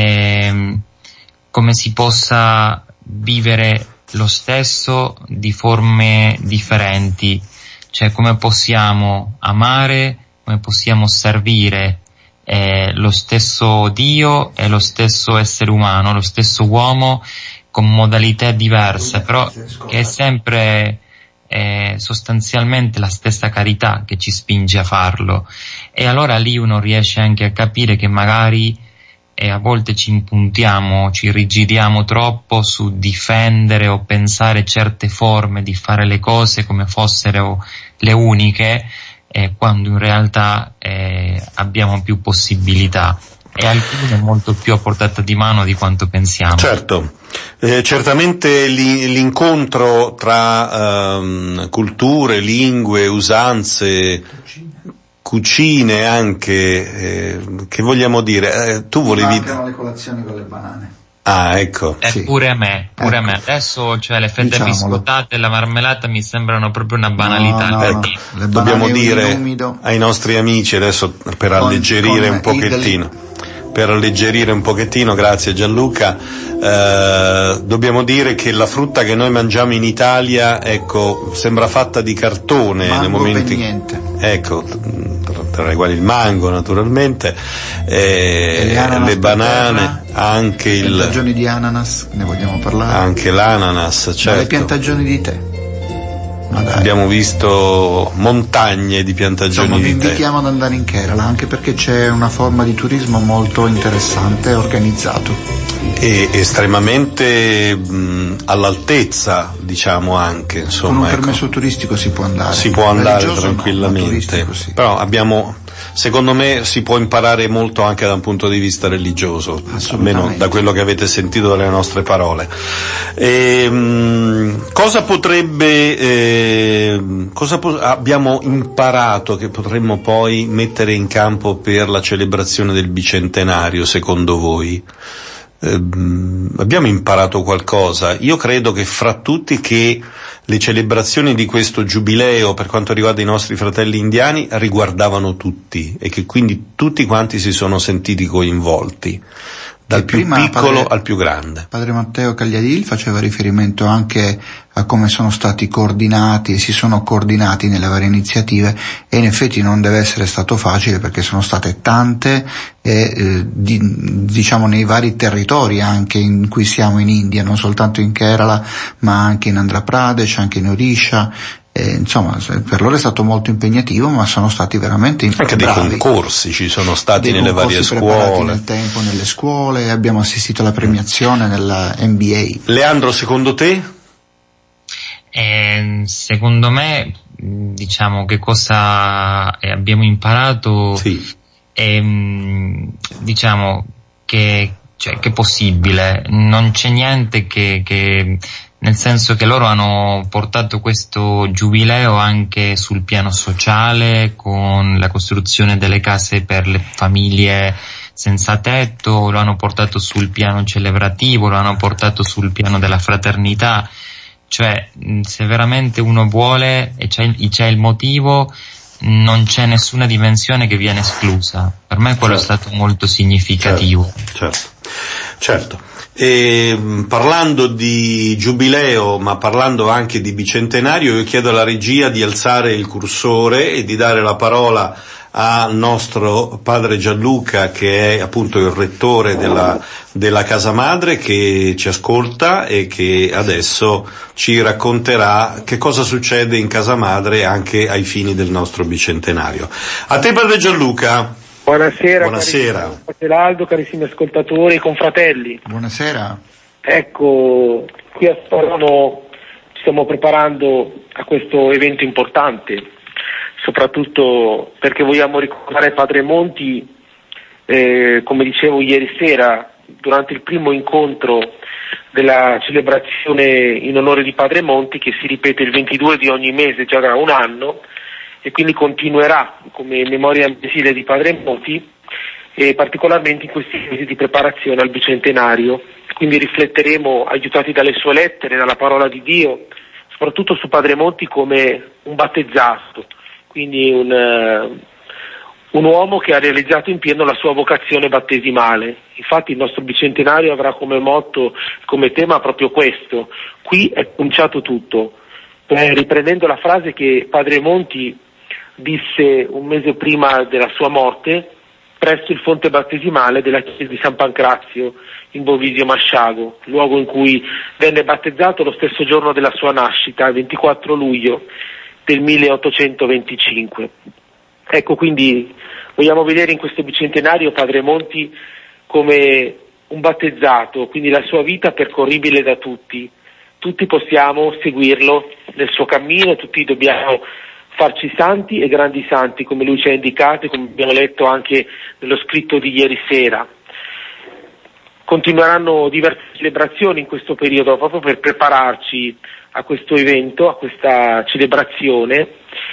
come si possa vivere lo stesso di forme differenti, cioè come possiamo amare, come possiamo servire lo stesso Dio e lo stesso essere umano, lo stesso uomo, con modalità diverse, però che è sempre sostanzialmente la stessa carità che ci spinge a farlo. E allora lì uno riesce anche a capire che magari a volte ci impuntiamo, ci rigidiamo troppo su difendere o pensare certe forme di fare le cose come fossero le uniche, quando in realtà abbiamo più possibilità e alcune molto più a portata di mano di quanto pensiamo. Certo, certamente l'incontro tra culture, lingue, usanze, cucine anche, che vogliamo dire, tu volevi... Mancano le colazioni con le banane. Ah, ecco. Sì. Pure a me. Adesso, cioè, le fette biscottate e la marmellata mi sembrano proprio una banalità. No. Dobbiamo dire ai nostri amici adesso, per alleggerire un pochettino. per alleggerire un pochettino, grazie Gianluca, dobbimo dire che la frutta che noi mangiamo in Italia, ecco, sembra fatta di cartone mango nei momenti, niente. Ecco, tra i quali il mango naturalmente, le banane, anche le piantagioni di ananas, ne vogliamo parlare? Anche l'ananas, certo. Le piantagioni di tè. Abbiamo visto montagne di piantagioni di tè. Vi invitiamo ad andare in Kerala, anche perché c'è una forma di turismo molto interessante e organizzato. E estremamente all'altezza, diciamo, anche, insomma. Con un permesso turistico si può andare. Si può andare tranquillamente. No, sì. Però secondo me si può imparare molto anche da un punto di vista religioso, almeno da quello che avete sentito dalle nostre parole. Cosa abbiamo imparato che potremmo poi mettere in campo per la celebrazione del bicentenario, secondo voi? Abbiamo imparato qualcosa? Io credo che fra tutti che le celebrazioni di questo giubileo per quanto riguarda i nostri fratelli indiani riguardavano tutti e che quindi tutti quanti si sono sentiti coinvolti, dal più piccolo al più grande. Padre Matteo Cagliadil faceva riferimento anche a come sono stati coordinati e si sono coordinati nelle varie iniziative, e in effetti non deve essere stato facile perché sono state tante e diciamo nei vari territori anche in cui siamo in India, non soltanto in Kerala ma anche in Andhra Pradesh, anche in Odisha. Insomma, per loro è stato molto impegnativo, ma sono stati veramente anche bravi. Dei concorsi ci sono stati nelle varie scuole, nel tempo nelle scuole, abbiamo assistito alla premiazione nella NBA. Leandro, secondo te? Secondo me, diciamo, che cosa abbiamo imparato, sì. Diciamo che è possibile, non c'è niente che nel senso che loro hanno portato questo giubileo anche sul piano sociale, con la costruzione delle case per le famiglie senza tetto, lo hanno portato sul piano celebrativo, lo hanno portato sul piano della fraternità. Cioè, se veramente uno vuole e c'è il motivo, non c'è nessuna dimensione che viene esclusa. Per me quello è stato molto significativo. Certo. E parlando di giubileo, ma parlando anche di bicentenario, io chiedo alla regia di alzare il cursore e di dare la parola al nostro padre Gianluca, che è appunto il rettore della Casa Madre, che ci ascolta e che adesso ci racconterà che cosa succede in Casa Madre anche ai fini del nostro bicentenario. A te, padre Gianluca. Buonasera. Buonasera. Aldo, carissimi ascoltatori e confratelli. Buonasera. Ecco, qui a Salerno ci stiamo preparando a questo evento importante, soprattutto perché vogliamo ricordare Padre Monti, come dicevo ieri sera, durante il primo incontro della celebrazione in onore di Padre Monti, che si ripete il 22 di ogni mese già da un anno, e quindi continuerà come memoria mensile di Padre Monti, e particolarmente in questi mesi di preparazione al bicentenario. Quindi rifletteremo, aiutati dalle sue lettere, dalla parola di Dio, soprattutto su Padre Monti come un battezzato, quindi un uomo che ha realizzato in pieno la sua vocazione battesimale. Infatti il nostro bicentenario avrà come motto, come tema proprio questo: qui è cominciato tutto, riprendendo la frase che Padre Monti disse un mese prima della sua morte presso il fonte battesimale della chiesa di San Pancrazio in Bovisio Masciago, luogo in cui venne battezzato lo stesso giorno della sua nascita, il 24 luglio del 1825. Ecco, quindi vogliamo vedere in questo bicentenario Padre Monti come un battezzato, quindi la sua vita percorribile da tutti. Tutti possiamo seguirlo nel suo cammino, tutti dobbiamo farci santi e grandi santi, come lui ci ha indicato e come abbiamo letto anche nello scritto di ieri sera. Continueranno diverse celebrazioni in questo periodo proprio per prepararci a questo evento, a questa celebrazione,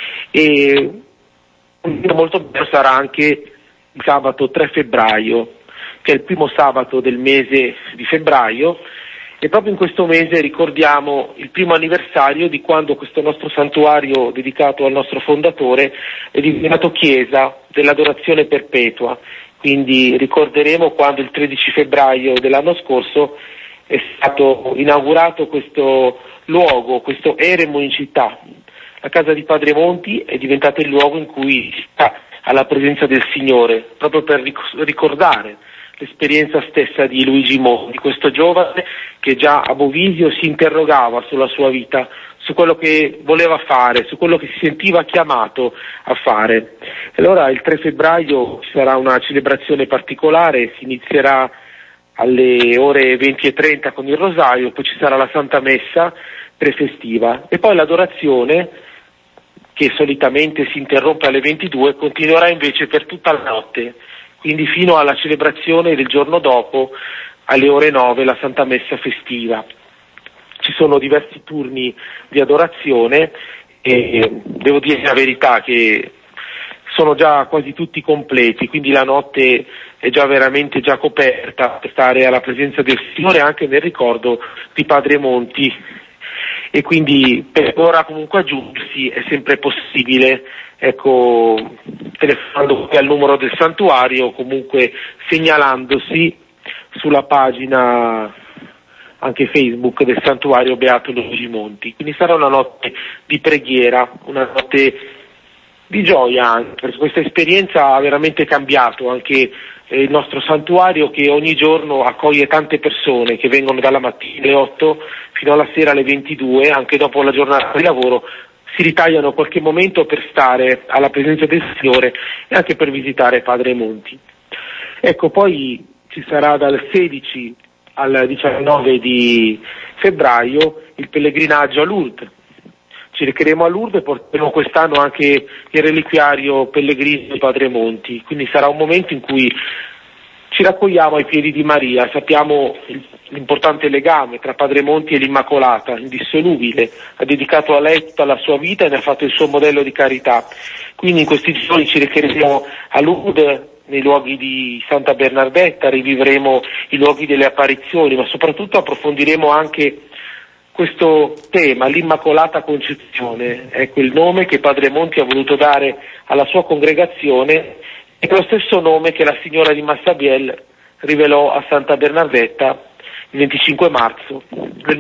e un giorno molto bello sarà anche il sabato 3 febbraio, che è il primo sabato del mese di febbraio, e proprio in questo mese ricordiamo il primo anniversario di quando questo nostro santuario dedicato al nostro fondatore è diventato chiesa dell'adorazione perpetua, Quindi ricorderemo quando il 13 febbraio dell'anno scorso è stato inaugurato questo luogo, questo eremo in città. La casa di Padre Monti è diventata il luogo in cui si sta alla presenza del Signore, proprio per ricordare l'esperienza stessa di Luigi Monti, questo giovane che già a Bovisio si interrogava sulla sua vita, su quello che voleva fare, su quello che si sentiva chiamato a fare. Allora il 3 febbraio ci sarà una celebrazione particolare, si inizierà alle ore 20:30 con il rosario, poi ci sarà la Santa Messa prefestiva e poi l'adorazione, che solitamente si interrompe alle 22, continuerà invece per tutta la notte, quindi fino alla celebrazione del giorno dopo, alle ore 9, la Santa Messa festiva. Ci sono diversi turni di adorazione e devo dire la verità che sono già quasi tutti completi, quindi la notte è già veramente già coperta per stare alla presenza del Signore anche nel ricordo di Padre Monti, e quindi per ora comunque aggiungersi è sempre possibile, ecco, telefonando al numero del santuario o comunque segnalandosi sulla pagina anche Facebook del santuario Beato Luigi Monti. Quindi sarà una notte di preghiera, una notte di gioia anche, perché questa esperienza ha veramente cambiato anche il nostro santuario, che ogni giorno accoglie tante persone che vengono dalla mattina alle 8 fino alla sera alle 22, anche dopo la giornata di lavoro si ritagliano qualche momento per stare alla presenza del Signore e anche per visitare Padre Monti. Ecco, poi ci sarà dal 16 al 19 di febbraio il pellegrinaggio a Lourdes. Ci recheremo a Lourdes e porteremo quest'anno anche il reliquiario pellegrino di Padre Monti, quindi sarà un momento in cui ci raccogliamo ai piedi di Maria. Sappiamo l'importante legame tra Padre Monti e l'Immacolata, indissolubile, ha dedicato a lei tutta la sua vita e ne ha fatto il suo modello di carità. Quindi in questi giorni ci recheremo a Lourdes, nei luoghi di Santa Bernardetta, rivivremo i luoghi delle apparizioni, ma soprattutto approfondiremo anche questo tema, l'Immacolata Concezione. Ecco il nome che Padre Monti ha voluto dare alla sua congregazione, è lo stesso nome che la signora di Massabielle rivelò a Santa Bernardetta il 25 marzo del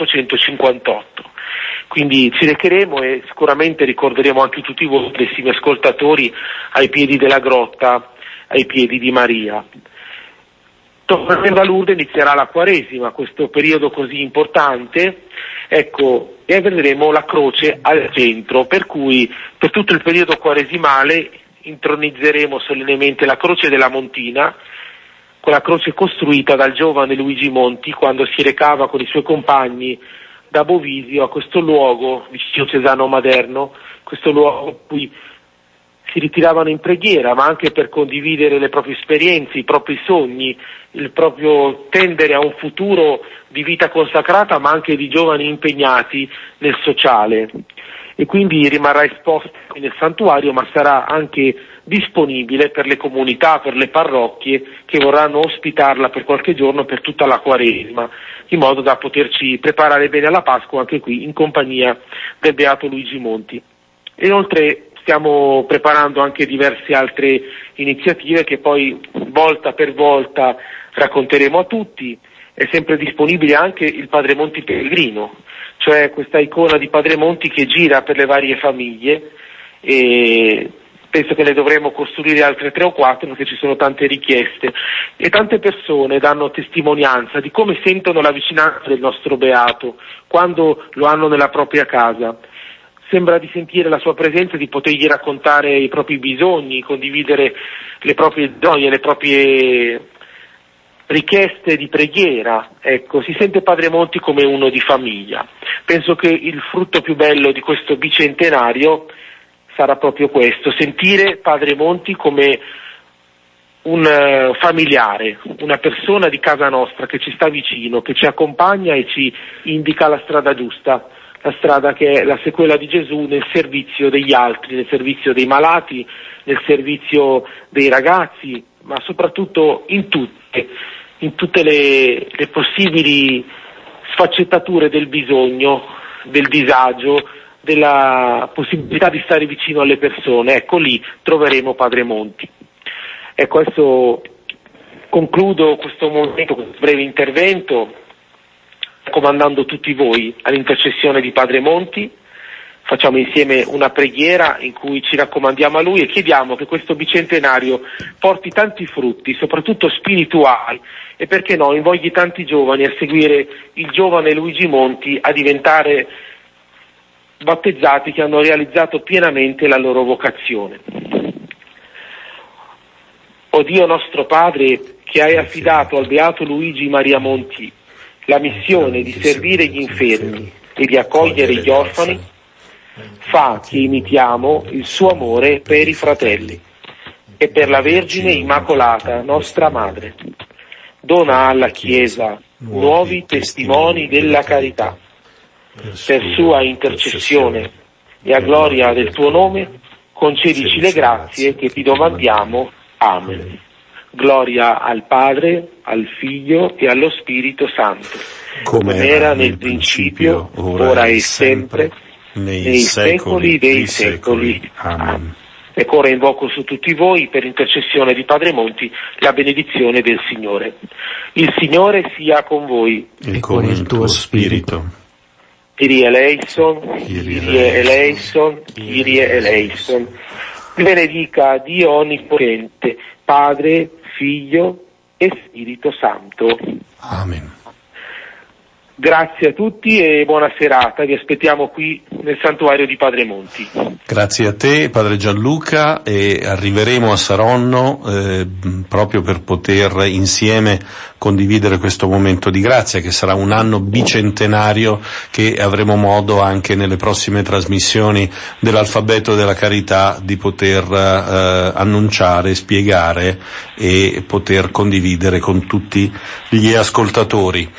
1858. Quindi ci recheremo e sicuramente ricorderemo anche tutti voi, carissimi ascoltatori, ai piedi della grotta, ai piedi di Maria. Tornando a Lourdes inizierà la Quaresima, questo periodo così importante, ecco, e vedremo la croce al centro, per cui per tutto il periodo quaresimale intronizzeremo solennemente la croce della Montina, quella croce costruita dal giovane Luigi Monti quando si recava con i suoi compagni da Bovisio a questo luogo vicino Cesano Maderno, questo luogo in cui si ritiravano in preghiera, ma anche per condividere le proprie esperienze, i propri sogni, il proprio tendere a un futuro di vita consacrata, ma anche di giovani impegnati nel sociale. E quindi rimarrà esposto nel santuario, ma sarà anche disponibile per le comunità, per le parrocchie che vorranno ospitarla per qualche giorno per tutta la Quaresima, in modo da poterci preparare bene alla Pasqua anche qui in compagnia del Beato Luigi Monti. Inoltre stiamo preparando anche diverse altre iniziative che poi volta per volta racconteremo a tutti. È sempre disponibile anche il Padre Monti Pellegrino, cioè questa icona di Padre Monti che gira per le varie famiglie, e penso che ne dovremo costruire altre 3 o 4 perché ci sono tante richieste e tante persone danno testimonianza di come sentono la vicinanza del nostro Beato quando lo hanno nella propria casa. Sembra di sentire la sua presenza, di potergli raccontare i propri bisogni, condividere le proprie gioie, le proprie richieste di preghiera. Ecco, si sente Padre Monti come uno di famiglia. Penso che il frutto più bello di questo bicentenario sarà proprio questo, sentire Padre Monti come un familiare, una persona di casa nostra che ci sta vicino, che ci accompagna e ci indica la strada giusta, la strada che è la sequela di Gesù nel servizio degli altri, nel servizio dei malati, nel servizio dei ragazzi, ma soprattutto in tutte le possibili sfaccettature del bisogno, del disagio, della possibilità di stare vicino alle persone. Ecco, lì troveremo Padre Monti. Ecco, adesso concludo questo momento, questo breve intervento, raccomandando tutti voi all'intercessione di Padre Monti. Facciamo insieme una preghiera in cui ci raccomandiamo a Lui e chiediamo che questo bicentenario porti tanti frutti, soprattutto spirituali, e perché no, invogli tanti giovani a seguire il giovane Luigi Monti, a diventare battezzati che hanno realizzato pienamente la loro vocazione. O Dio nostro Padre, che hai affidato al Beato Luigi Maria Monti la missione di servire gli infermi e di accogliere gli orfani, fa che imitiamo il suo amore per i fratelli e per la Vergine Immacolata, nostra Madre. Dona alla Chiesa nuovi testimoni della carità. Per sua intercessione e a gloria del tuo nome, concedici le grazie che ti domandiamo. Amen. Gloria al Padre, al Figlio e allo Spirito Santo, come era nel principio, ora e sempre, nei secoli dei secoli. Amen. Ecco, ora invoco su tutti voi, per intercessione di Padre Monti, la benedizione del Signore. Il Signore sia con voi. E con il tuo spirito. Kyrie eleison, Kyrie eleison, Kyrie eleison. Benedica Dio Onnipotente, Padre, Figlio e Spirito Santo. Amen. Grazie a tutti e buona serata, vi aspettiamo qui nel santuario di Padre Monti. Grazie a te, Padre Gianluca, e arriveremo a Saronno proprio per poter insieme condividere questo momento di grazia, che sarà un anno bicentenario che avremo modo anche nelle prossime trasmissioni dell'Alfabeto della Carità di poter annunciare, spiegare e poter condividere con tutti gli ascoltatori.